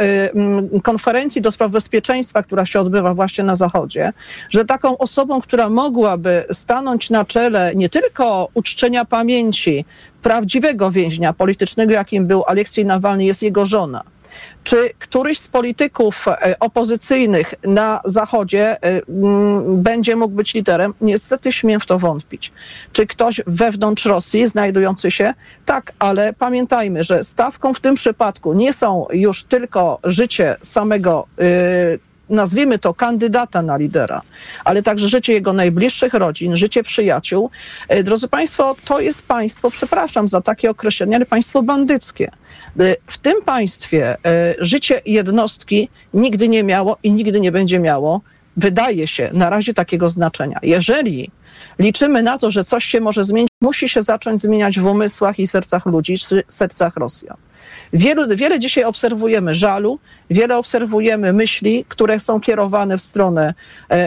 konferencji do spraw bezpieczeństwa, która się odbywa właśnie na Zachodzie, że taką osobą, która mogłaby stanąć na czele nie tylko uczczenia pamięci prawdziwego więźnia politycznego, jakim był Aleksiej Nawalny, jest jego żona. Czy któryś z polityków opozycyjnych na Zachodzie będzie mógł być liderem? Niestety śmiem w to wątpić. Czy ktoś wewnątrz Rosji znajdujący się? Tak, ale pamiętajmy, że stawką w tym przypadku nie są już tylko życie samego nazwijmy to kandydata na lidera, ale także życie jego najbliższych rodzin, życie przyjaciół. Drodzy Państwo, to jest państwo, przepraszam za takie określenie, ale państwo bandyckie. W tym państwie życie jednostki nigdy nie miało i nigdy nie będzie miało, wydaje się, na razie takiego znaczenia. Jeżeli liczymy na to, że coś się może zmienić, musi się zacząć zmieniać w umysłach i sercach ludzi, czy sercach Rosjan. Wiele dzisiaj obserwujemy żalu, wiele obserwujemy myśli, które są kierowane w stronę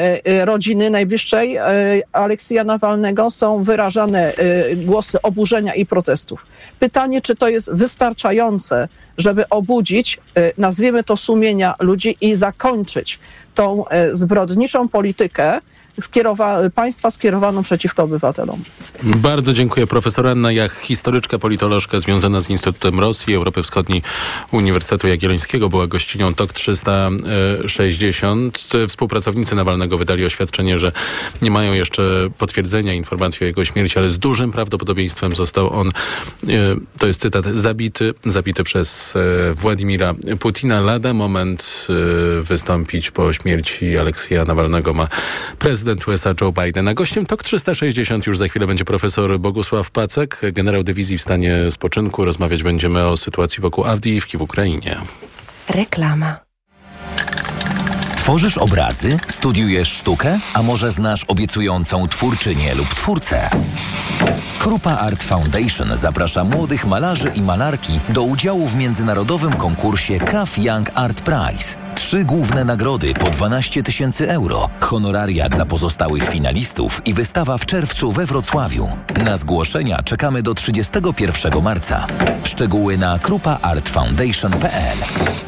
rodziny najbliższej Aleksieja Nawalnego. Są wyrażane głosy oburzenia i protestów. Pytanie, czy to jest wystarczające, żeby obudzić, nazwijmy to, sumienia ludzi i zakończyć tą zbrodniczą politykę, państwa skierowaną przeciwko obywatelom. Bardzo dziękuję. Profesor Anna Jach, historyczka, politolożka związana z Instytutem Rosji Europy Wschodniej Uniwersytetu Jagiellońskiego, była gościnią TOK 360. Współpracownicy Nawalnego wydali oświadczenie, że nie mają jeszcze potwierdzenia informacji o jego śmierci, ale z dużym prawdopodobieństwem został on, to jest cytat, zabity przez Władimira Putina. Lada moment wystąpić po śmierci Aleksieja Nawalnego ma prezydent USA Joe Biden. A gościem TOK 360 już za chwilę będzie profesor Bogusław Pacek, generał dywizji w stanie spoczynku. Rozmawiać będziemy o sytuacji wokół Awdijiwki w Ukrainie. Reklama. Tworzysz obrazy? Studiujesz sztukę? A może znasz obiecującą twórczynię lub twórcę? Krupa Art Foundation zaprasza młodych malarzy i malarki do udziału w międzynarodowym konkursie CAF Young Art Prize. 3 główne nagrody po 12 000 euro, honoraria dla pozostałych finalistów i wystawa w czerwcu we Wrocławiu. Na zgłoszenia czekamy do 31 marca. Szczegóły na krupaartfoundation.pl.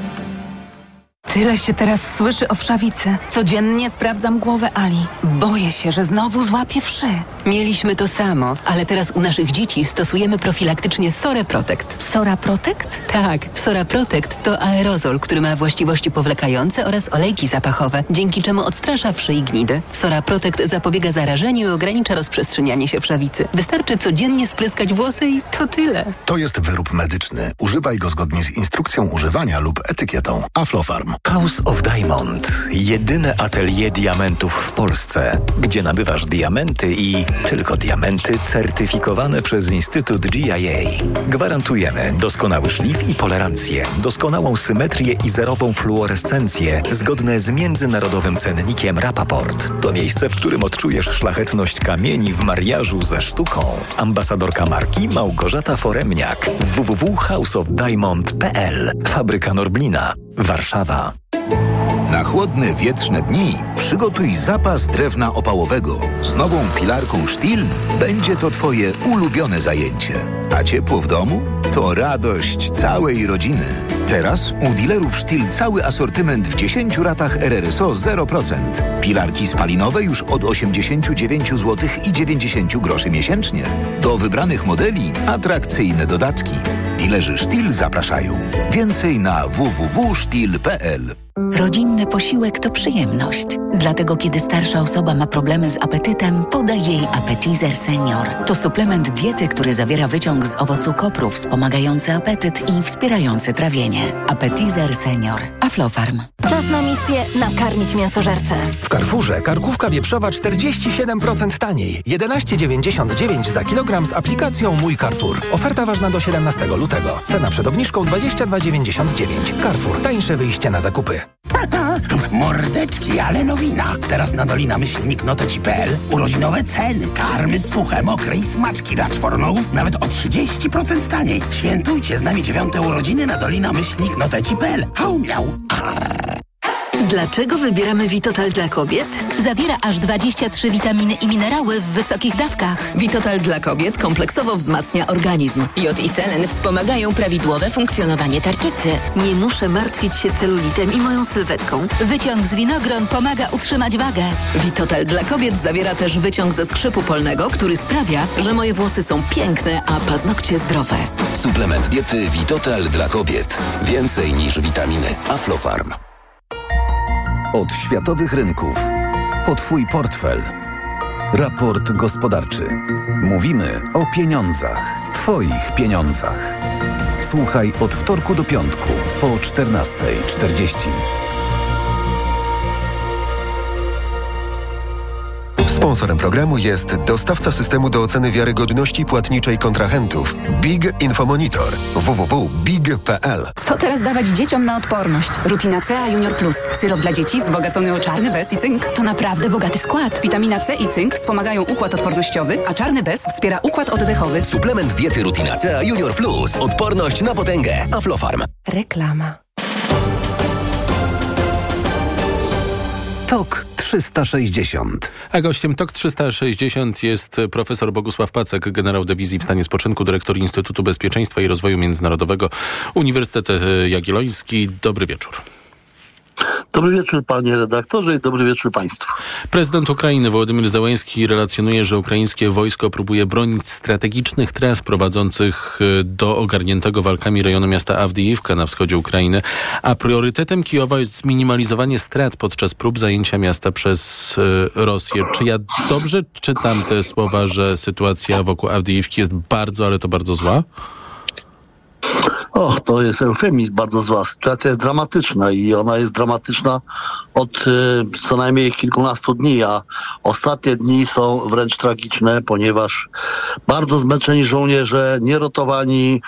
Tyle się teraz słyszy o wszawicy. Codziennie sprawdzam głowę Ali. Boję się, że znowu złapie wszy. Mieliśmy to samo, ale teraz u naszych dzieci stosujemy profilaktycznie Sora Protect. Sora Protect? Tak, Sora Protect to aerozol, który ma właściwości powlekające oraz olejki zapachowe, dzięki czemu odstrasza wszy i gnidy. Sora Protect zapobiega zarażeniu i ogranicza rozprzestrzenianie się wszawicy. Wystarczy codziennie spryskać włosy i to tyle. To jest wyrób medyczny. Używaj go zgodnie z instrukcją używania lub etykietą. Aflofarm. House of Diamond. Jedyne atelier diamentów w Polsce, gdzie nabywasz diamenty i tylko diamenty certyfikowane przez Instytut GIA. Gwarantujemy doskonały szlif i polerancję, doskonałą symetrię i zerową fluorescencję zgodne z międzynarodowym cennikiem Rapaport. To miejsce, w którym odczujesz szlachetność kamieni w mariażu ze sztuką. Ambasadorka marki Małgorzata Foremniak. www.houseofdiamond.pl. Fabryka Norblina. Warszawa. Na chłodne, wietrzne dni przygotuj zapas drewna opałowego. Z nową pilarką Stihl będzie to Twoje ulubione zajęcie. A ciepło w domu? To radość całej rodziny. Teraz u dealerów Stihl cały asortyment w 10 ratach RRSO 0%. Pilarki spalinowe już od 89 zł i 90 groszy miesięcznie. Do wybranych modeli atrakcyjne dodatki. Dealerzy Stihl zapraszają. Więcej na www.stihl.pl. Rodzinny posiłek to przyjemność. Dlatego kiedy starsza osoba ma problemy z apetytem, podaj jej Appetizer Senior. To suplement diety, który zawiera wyciąg z owocu kopru wspomagający apetyt i wspierający trawienie. Appetizer Senior. Aflofarm. Czas na misję nakarmić mięsożercę. W Carrefourze karkówka wieprzowa 47% taniej. 11,99 za kilogram z aplikacją Mój Carrefour. Oferta ważna do 17 lutego. Cena przed obniżką 22,99. Carrefour. Tańsze wyjście na zakupy. Mordeczki, ale nowina. Teraz na dolina-noteci.pl urodzinowe ceny. Karmy suche, mokre i smaczki dla czworonogów nawet o 30% taniej. Świętujcie z nami 9. urodziny na dolina-noteci.pl. Hał miał. Dlaczego wybieramy Vitotal dla kobiet? Zawiera aż 23 witaminy i minerały w wysokich dawkach. Vitotal dla kobiet kompleksowo wzmacnia organizm. Jod i selen wspomagają prawidłowe funkcjonowanie tarczycy. Nie muszę martwić się celulitem i moją sylwetką. Wyciąg z winogron pomaga utrzymać wagę. Vitotal dla kobiet zawiera też wyciąg ze skrzypu polnego, który sprawia, że moje włosy są piękne, a paznokcie zdrowe. Suplement diety Vitotal dla kobiet. Więcej niż witaminy. Aflofarm. Od światowych rynków. O Twój portfel. Raport gospodarczy. Mówimy o pieniądzach. Twoich pieniądzach. Słuchaj od wtorku do piątku po 14:40. Sponsorem programu jest dostawca systemu do oceny wiarygodności płatniczej kontrahentów Big Infomonitor. www.big.pl. Co teraz dawać dzieciom na odporność? Rutina C, a Junior Plus. Syrop dla dzieci wzbogacony o czarny bez i cynk. To naprawdę bogaty skład. Witamina C i cynk wspomagają układ odpornościowy, a czarny bez wspiera układ oddechowy. Suplement diety Rutina C, a Junior Plus. Odporność na potęgę. Aflofarm. Reklama. TOK 360. A gościem TOK 360 jest profesor Bogusław Pacek, generał dywizji w stanie spoczynku, dyrektor Instytutu Bezpieczeństwa i Rozwoju Międzynarodowego Uniwersytet Jagielloński. Dobry wieczór. Dobry wieczór, panie redaktorze, i dobry wieczór państwu. Prezydent Ukrainy Wołodymyr Zełenski relacjonuje, że ukraińskie wojsko próbuje bronić strategicznych tras prowadzących do ogarniętego walkami rejonu miasta Awdijiwka na wschodzie Ukrainy, a priorytetem Kijowa jest zminimalizowanie strat podczas prób zajęcia miasta przez Rosję. Czy ja dobrze czytam te słowa, że sytuacja wokół Awdijiwki jest bardzo, ale to bardzo zła? To jest eufemizm, bardzo zła. Sytuacja jest dramatyczna i ona jest dramatyczna od co najmniej kilkunastu dni, a ostatnie dni są wręcz tragiczne, ponieważ bardzo zmęczeni żołnierze, nierotowani,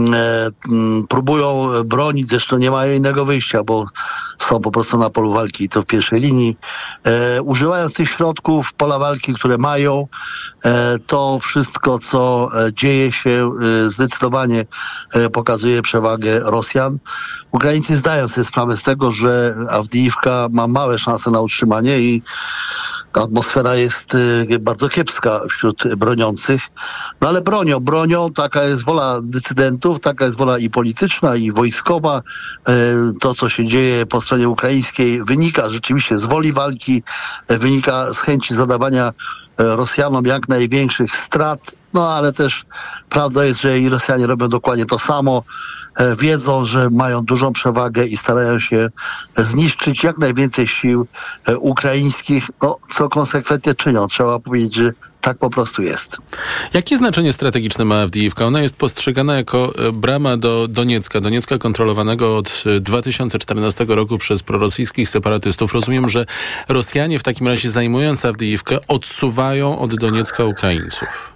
próbują bronić, zresztą nie mają innego wyjścia, bo są po prostu na polu walki, to w pierwszej linii. Używając tych środków, pola walki, które mają, to wszystko, co dzieje się, zdecydowanie pokazuje przewagę Rosjan. Ukraińcy zdają sobie sprawę z tego, że Awdijiwka ma małe szanse na utrzymanie i atmosfera jest bardzo kiepska wśród broniących. No ale bronią, taka jest wola decydentów, taka jest wola i polityczna, i wojskowa. To, co się dzieje po stronie ukraińskiej, wynika rzeczywiście z woli walki, wynika z chęci zadawania Rosjanom jak największych strat, no ale też prawda jest, że i Rosjanie robią dokładnie to samo, wiedzą, że mają dużą przewagę i starają się zniszczyć jak najwięcej sił ukraińskich, co konsekwentnie czynią. Trzeba powiedzieć, że tak po prostu jest. Jakie znaczenie strategiczne ma Awdijiwka? Ona jest postrzegana jako brama do Doniecka kontrolowanego od 2014 roku przez prorosyjskich separatystów. Rozumiem, że Rosjanie w takim razie, zajmując Awdijiwkę, odsuwają od Doniecka Ukraińców.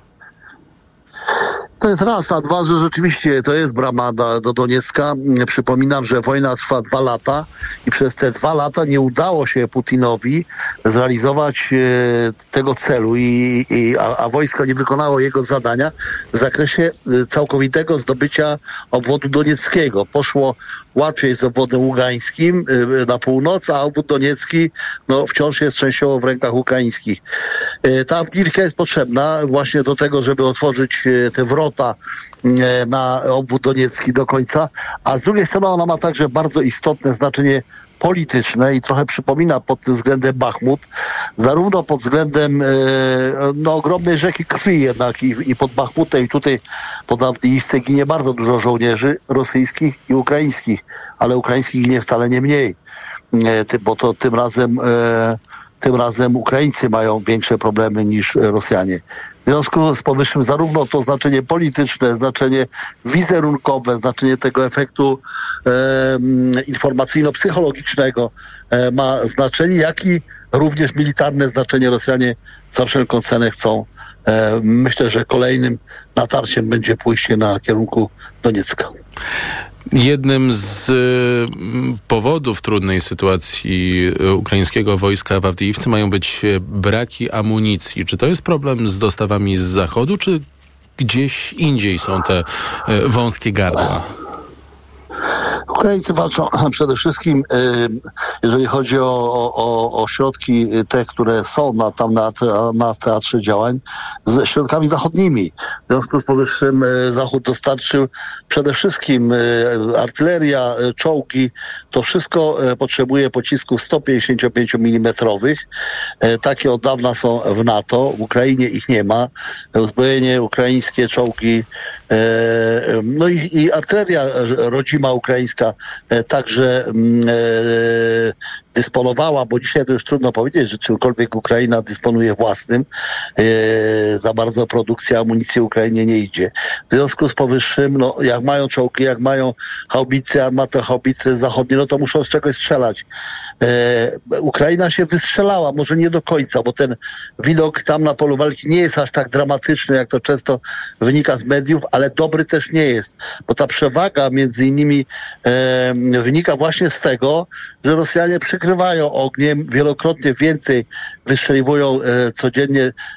To jest raz, a dwa, że rzeczywiście to jest brama do Doniecka. Przypominam, że wojna trwa 2 lata i przez te 2 lata nie udało się Putinowi zrealizować tego celu, a wojsko nie wykonało jego zadania w zakresie całkowitego zdobycia obwodu donieckiego. Poszło łatwiej z obwodem ługańskim na północ, a obwód doniecki wciąż jest częściowo w rękach ukraińskich. Ta Awdijiwka jest potrzebna właśnie do tego, żeby otworzyć te wrota na obwód doniecki do końca, a z drugiej strony ona ma także bardzo istotne znaczenie polityczne i trochę przypomina pod tym względem Bachmut, zarówno pod względem ogromnej rzeki krwi jednak i pod Bachmutem i tutaj pod Awdijiwce ginie bardzo dużo żołnierzy rosyjskich i ukraińskich, ale ukraińskich ginie wcale nie mniej, bo to tym razem Ukraińcy mają większe problemy niż Rosjanie. W związku z powyższym zarówno to znaczenie polityczne, znaczenie wizerunkowe, znaczenie tego efektu informacyjno-psychologicznego ma znaczenie, jak i również militarne znaczenie. Rosjanie za wszelką cenę chcą. Myślę, że kolejnym natarciem będzie pójście na kierunku Doniecka. Jednym z powodów trudnej sytuacji ukraińskiego wojska w Awdijiwce mają być braki amunicji. Czy to jest problem z dostawami z zachodu, czy gdzieś indziej są te wąskie gardła? Ukraińcy walczą przede wszystkim, jeżeli chodzi o środki te, które są na teatrze działań, z środkami zachodnimi. W związku z powyższym Zachód dostarczył przede wszystkim artyleria, czołgi. To wszystko potrzebuje pocisków 155 mm. Takie od dawna są w NATO. W Ukrainie ich nie ma. Uzbrojenie ukraińskie, czołgi, i artyleria rodzima ukraińska także dysponowała, bo dzisiaj to już trudno powiedzieć, że czymkolwiek Ukraina dysponuje własnym. Za bardzo produkcja amunicji Ukrainie nie idzie. W związku z powyższym, jak mają czołgi, jak mają haubice, armatę haubice zachodnie, to muszą z czegoś strzelać. Ukraina się wystrzelała, może nie do końca, bo ten widok tam na polu walki nie jest aż tak dramatyczny, jak to często wynika z mediów, ale dobry też nie jest, bo ta przewaga między innymi wynika właśnie z tego, że Rosjanie przykrywają ogniem, wielokrotnie więcej wystrzeliwują codziennie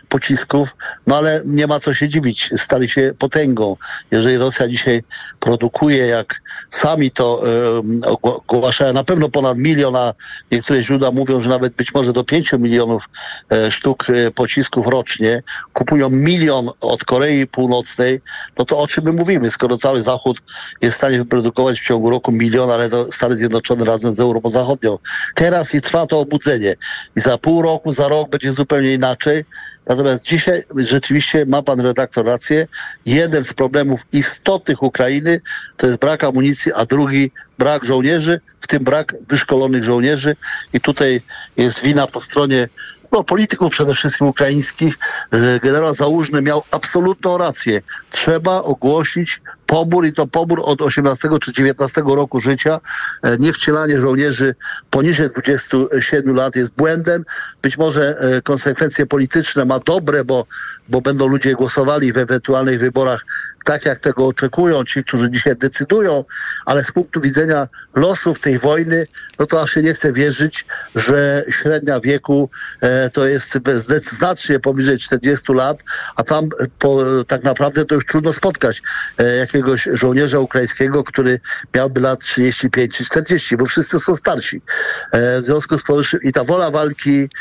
pocisków, no ale nie ma co się dziwić, stali się potęgą. Jeżeli Rosja dzisiaj produkuje, jak sami to ogłaszają, na pewno ponad 1 milion, a niektóre źródła mówią, że nawet być może do 5 milionów sztuk pocisków rocznie, kupują 1 milion od Korei Północnej, no to o czym my mówimy, skoro cały Zachód jest w stanie wyprodukować w ciągu roku 1 milion, ale to Stany Zjednoczone razem z Europą Zachodnią. Teraz i trwa to obudzenie i za pół roku, za rok będzie zupełnie inaczej. Natomiast dzisiaj rzeczywiście ma pan redaktor rację. Jeden z problemów istotnych Ukrainy to jest brak amunicji, a drugi brak żołnierzy, w tym brak wyszkolonych żołnierzy. I tutaj jest wina po stronie polityków przede wszystkim ukraińskich. Generał Załużny miał absolutną rację. Trzeba ogłosić pobór i to pobór od 18 czy 19 roku życia. Niewcielanie żołnierzy poniżej 27 lat jest błędem. Być może konsekwencje polityczne ma dobre, bo będą ludzie głosowali w ewentualnych wyborach tak, jak tego oczekują ci, którzy dzisiaj decydują, ale z punktu widzenia losów tej wojny, no to aż się nie chce wierzyć, że średnia wieku to jest znacznie poniżej 40 lat, a tam tak naprawdę to już trudno spotkać jakiegoś żołnierza ukraińskiego, który miałby lat 35 czy 40, bo wszyscy są starsi. W związku z powyższym i ta wola walki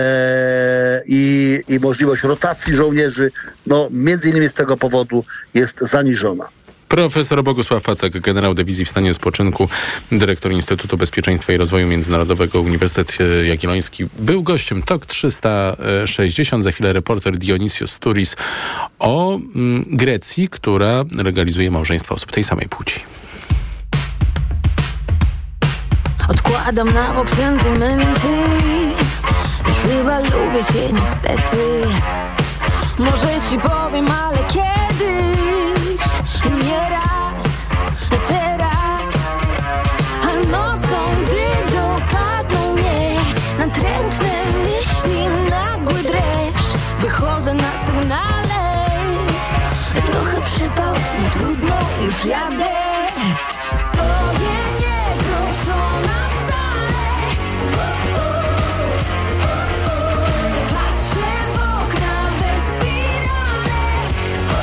i możliwość rotacji żołnierzy, no między innymi z tego powodu jest zaniżona. Profesor Bogusław Pacek, generał dywizji w stanie spoczynku, dyrektor Instytutu Bezpieczeństwa i Rozwoju Międzynarodowego Uniwersytet Jagielloński, był gościem TOK 360. Za chwilę reporter Dionisios Touris o Grecji, która legalizuje małżeństwo osób tej samej płci. Odkładam na bok sentymenty i chyba lubię cię niestety. Może ci powiem, ale kiedyś, nie raz, teraz. A nocą, gdy dopadną mnie natrętne myśli, nagły dreszcz, wychodzę na sygnale. Trochę przypał, nie trudno, już jadę. Stoję nieproszona wcale. Patrzę w okna bez firanek.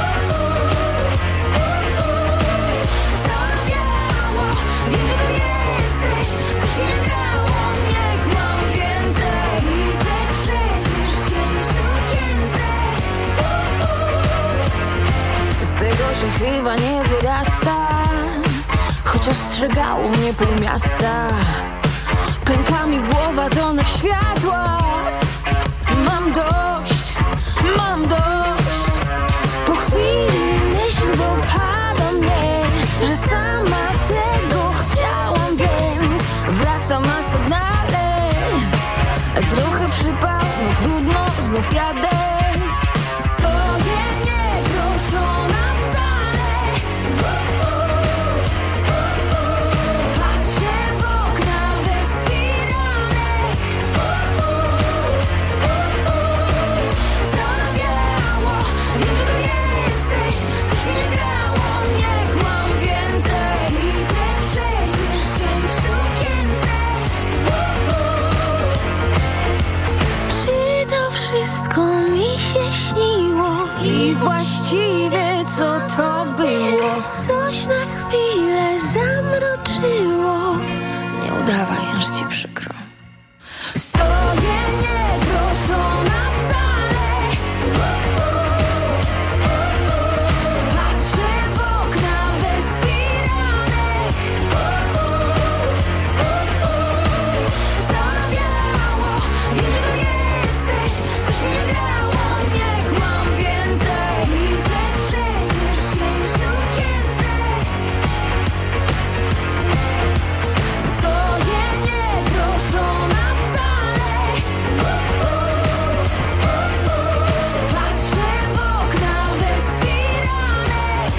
Zawiało, wiem, że tu jesteś. Coś mi nagrało, niech mam więcej. Widzę przecież cień w sukience. Z tego się chyba nie wyrasta, chociaż strzegało mnie pół miasta. Pęka mi głowa, tonę w światłach. Mam dość, mam dość. Po chwili myśl dopada mnie, że sama tego chciałam, więc wracam na sygnale. Trochę przypał, no trudno, znów jadę. Stoję nieproszona wcale. Patrzę w okna bez firanek. Zawiało, wiem, że tu jesteś. Coś mi nie grało, niech mam więcej. Widzę przecież cień w sukience. Czy to wszystko mi się śniło? I właściwie co to było? Coś na chwilę zamroczyło. Nie udawaj, aż ci przykro. Stoję nieproszona wcale. Patrzę w okna bez firanek. Zawiało, wiem, że tu jesteś. Coś mi nie grało, niech mam więcej. Widzę przecież cień w sukience. Stoję nieproszona wcale. Patrzę w okna bez firanek.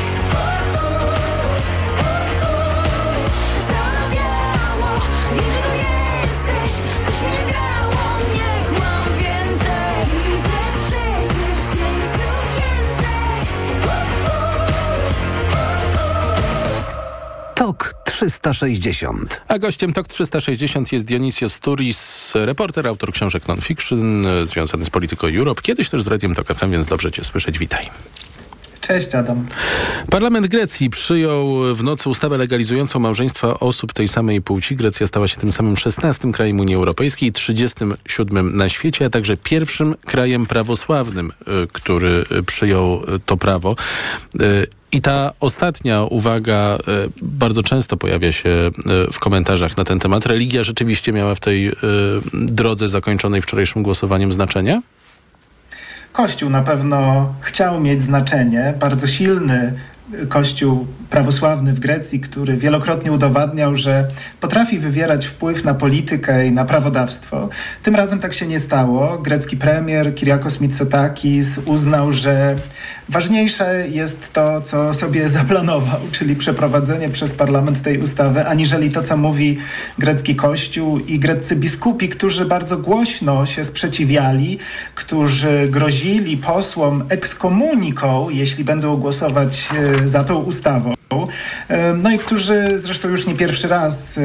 Zawiało, wiem, że tu jesteś. Coś mi nie grało, niech mam więcej. Widzę przecież cień w sukience. TOK 360. A gościem TOK 360 jest Dionisios Touris, reporter, autor książek non-fiction, związany z Politico Europe, kiedyś też z Radiem TOK FM, więc dobrze cię słyszeć. Witaj. Cześć, Adam. Parlament Grecji przyjął w nocy ustawę legalizującą małżeństwa osób tej samej płci. Grecja stała się tym samym 16. krajem Unii Europejskiej, 37. na świecie, a także pierwszym krajem prawosławnym, który przyjął to prawo. I ta ostatnia uwaga bardzo często pojawia się w komentarzach na ten temat. Religia rzeczywiście miała w tej drodze zakończonej wczorajszym głosowaniem znaczenie? Kościół na pewno chciał mieć znaczenie. Bardzo silny Kościół prawosławny w Grecji, który wielokrotnie udowadniał, że potrafi wywierać wpływ na politykę i na prawodawstwo. Tym razem tak się nie stało. Grecki premier Kyriakos Mitsotakis uznał, że ważniejsze jest to, co sobie zaplanował, czyli przeprowadzenie przez parlament tej ustawy, aniżeli to, co mówi grecki Kościół i greccy biskupi, którzy bardzo głośno się sprzeciwiali, którzy grozili posłom ekskomuniką, jeśli będą głosować za tą ustawą. No i którzy zresztą już nie pierwszy raz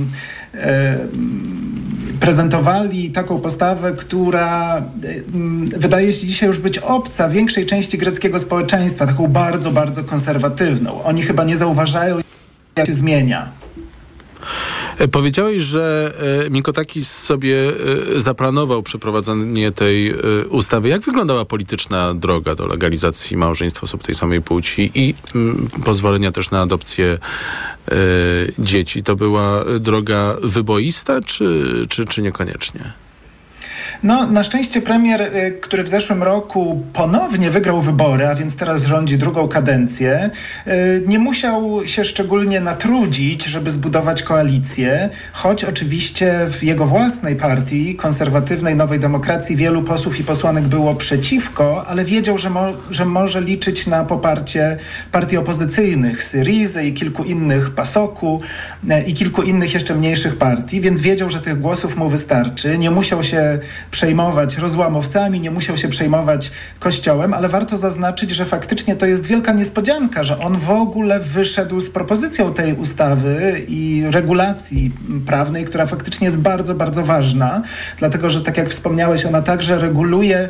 prezentowali taką postawę, która wydaje się dzisiaj już być obca większej części greckiego społeczeństwa, taką bardzo, bardzo konserwatywną. Oni chyba nie zauważają, jak się zmienia. Powiedziałeś, że Mitsotakis sobie zaplanował przeprowadzenie tej ustawy. Jak wyglądała polityczna droga do legalizacji małżeństw osób tej samej płci i pozwolenia też na adopcję dzieci? To była droga wyboista, czy niekoniecznie? No, na szczęście premier, który w zeszłym roku ponownie wygrał wybory, a więc teraz rządzi drugą kadencję, nie musiał się szczególnie natrudzić, żeby zbudować koalicję, choć oczywiście w jego własnej partii, konserwatywnej Nowej Demokracji, wielu posłów i posłanek było przeciwko, ale wiedział, że może liczyć na poparcie partii opozycyjnych, Syrizy i kilku innych, PASOK-u i kilku innych jeszcze mniejszych partii, więc wiedział, że tych głosów mu wystarczy. Nie musiał się przejmować rozłamowcami, nie musiał się przejmować Kościołem, ale warto zaznaczyć, że faktycznie to jest wielka niespodzianka, że on w ogóle wyszedł z propozycją tej ustawy i regulacji prawnej, która faktycznie jest bardzo, bardzo ważna, dlatego że tak jak wspomniałeś, ona także reguluje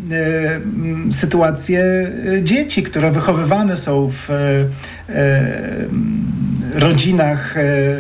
sytuację dzieci, które wychowywane są w rodzinach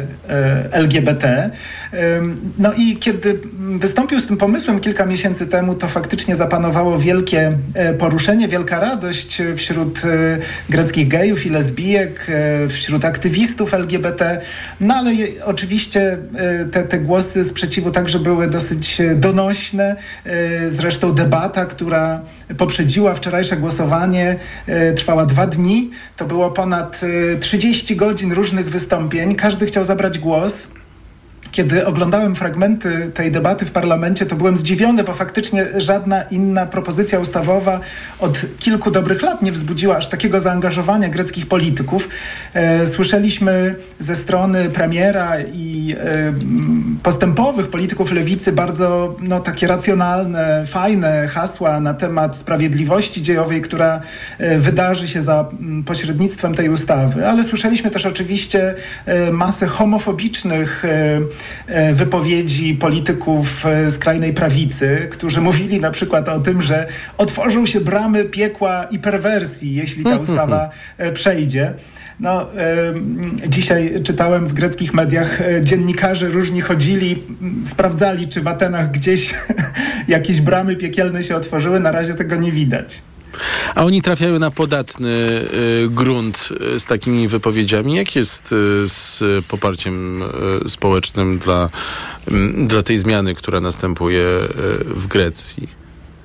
LGBT. No i kiedy wystąpił z tym pomysłem kilka miesięcy temu, to faktycznie zapanowało wielkie poruszenie, wielka radość wśród greckich gejów i lesbijek, wśród aktywistów LGBT. No ale oczywiście te głosy sprzeciwu także były dosyć donośne. Zresztą debata, która poprzedziła wczorajsze głosowanie, trwała 2 dni. To było ponad 30 godzin różnych wystąpień. Każdy chciał zabrać głos. Kiedy oglądałem fragmenty tej debaty w parlamencie, to byłem zdziwiony, bo faktycznie żadna inna propozycja ustawowa od kilku dobrych lat nie wzbudziła aż takiego zaangażowania greckich polityków. Słyszeliśmy ze strony premiera i postępowych polityków lewicy bardzo takie racjonalne, fajne hasła na temat sprawiedliwości dziejowej, która wydarzy się za pośrednictwem tej ustawy, ale słyszeliśmy też oczywiście masę homofobicznych wypowiedzi polityków skrajnej prawicy, którzy mówili na przykład o tym, że otworzą się bramy piekła i perwersji, jeśli ta ustawa przejdzie. No, dzisiaj czytałem w greckich mediach, dziennikarze różni chodzili, sprawdzali, czy w Atenach gdzieś jakieś bramy piekielne się otworzyły. Na razie tego nie widać. A oni trafiają na podatny grunt z takimi wypowiedziami. Jak jest z poparciem społecznym dla tej zmiany, która następuje w Grecji?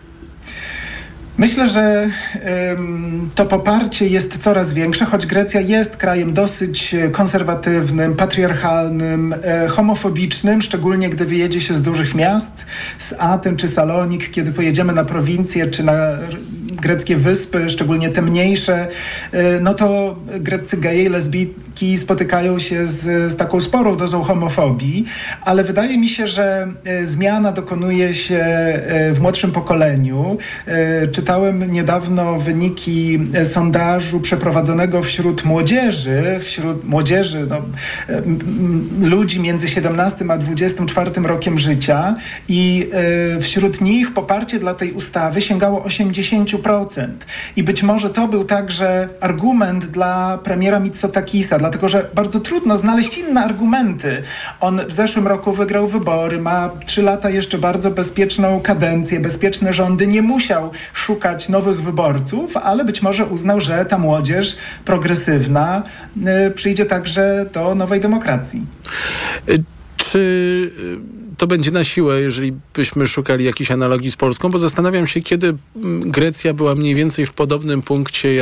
Myślę, że to poparcie jest coraz większe, choć Grecja jest krajem dosyć konserwatywnym, patriarchalnym, homofobicznym, szczególnie gdy wyjedzie się z dużych miast, z Aten czy Salonik, kiedy pojedziemy na prowincję czy na greckie wyspy, szczególnie te mniejsze, no to greccy geje i lesbijki Polski spotykają się z taką sporą dozą homofobii, ale wydaje mi się, że zmiana dokonuje się w młodszym pokoleniu. Czytałem niedawno wyniki sondażu przeprowadzonego wśród młodzieży, ludzi między 17 a 24 rokiem życia i wśród nich poparcie dla tej ustawy sięgało 80%. I być może to był także argument dla premiera Mitsotakisa, dlatego że bardzo trudno znaleźć inne argumenty. On w zeszłym roku wygrał wybory, ma 3 lata jeszcze bardzo bezpieczną kadencję, bezpieczne rządy, nie musiał szukać nowych wyborców, ale być może uznał, że ta młodzież progresywna przyjdzie także do nowej demokracji. Czy to będzie na siłę, jeżeli byśmy szukali jakiejś analogii z Polską? Bo zastanawiam się, kiedy Grecja była mniej więcej w podobnym punkcie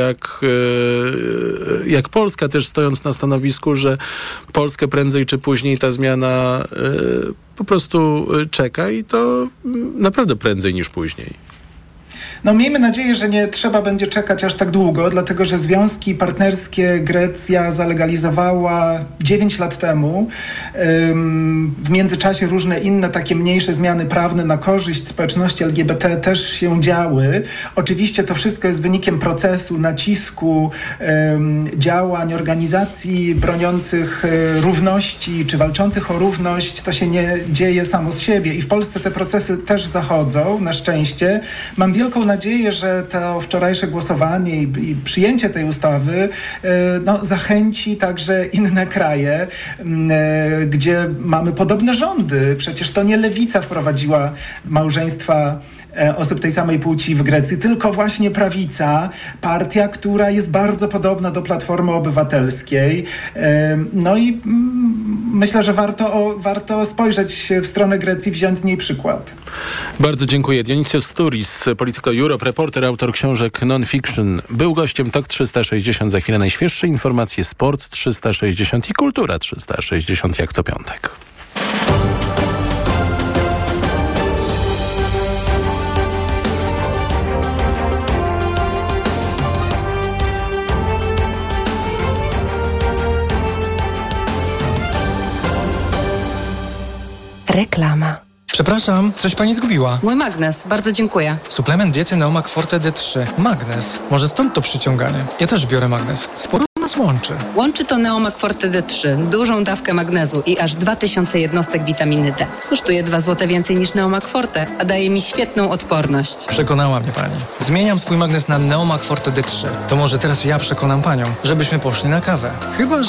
jak Polska, też stojąc na stanowisku, że Polskę prędzej czy później ta zmiana po prostu czeka i to naprawdę prędzej niż później. No miejmy nadzieję, że nie trzeba będzie czekać aż tak długo, dlatego że związki partnerskie Grecja zalegalizowała 9 lat temu. W międzyczasie różne inne takie mniejsze zmiany prawne na korzyść społeczności LGBT też się działy. Oczywiście to wszystko jest wynikiem procesu, nacisku, działań organizacji broniących równości czy walczących o równość. To się nie dzieje samo z siebie i w Polsce te procesy też zachodzą, na szczęście. Mam wielką nadzieję, że to wczorajsze głosowanie i przyjęcie tej ustawy zachęci także inne kraje, gdzie mamy podobne rządy. Przecież to nie lewica wprowadziła małżeństwa osób tej samej płci w Grecji, tylko właśnie prawica, partia, która jest bardzo podobna do Platformy Obywatelskiej. No i myślę, że warto spojrzeć w stronę Grecji, wziąć z niej przykład. Bardzo dziękuję. Dionisos Sturis, Politico Europe, reporter, autor książek non-fiction. Był gościem TOK 360. Za chwilę najświeższe informacje, sport 360 i kultura 360 jak co piątek. Reklama. Przepraszam, coś pani zgubiła. Mój magnes, bardzo dziękuję. Suplement diety Neomak Forte D3. Magnes. Może stąd to przyciąganie. Ja też biorę magnes. Sporo nas łączy. Łączy to Neomak Forte D3, dużą dawkę magnezu i aż 2000 jednostek witaminy D. Kosztuje 2 zł więcej niż Neomak Forte, a daje mi świetną odporność. Przekonała mnie pani. Zmieniam swój magnes na Neomak Forte D3. To może teraz ja przekonam panią, żebyśmy poszli na kawę. Chyba że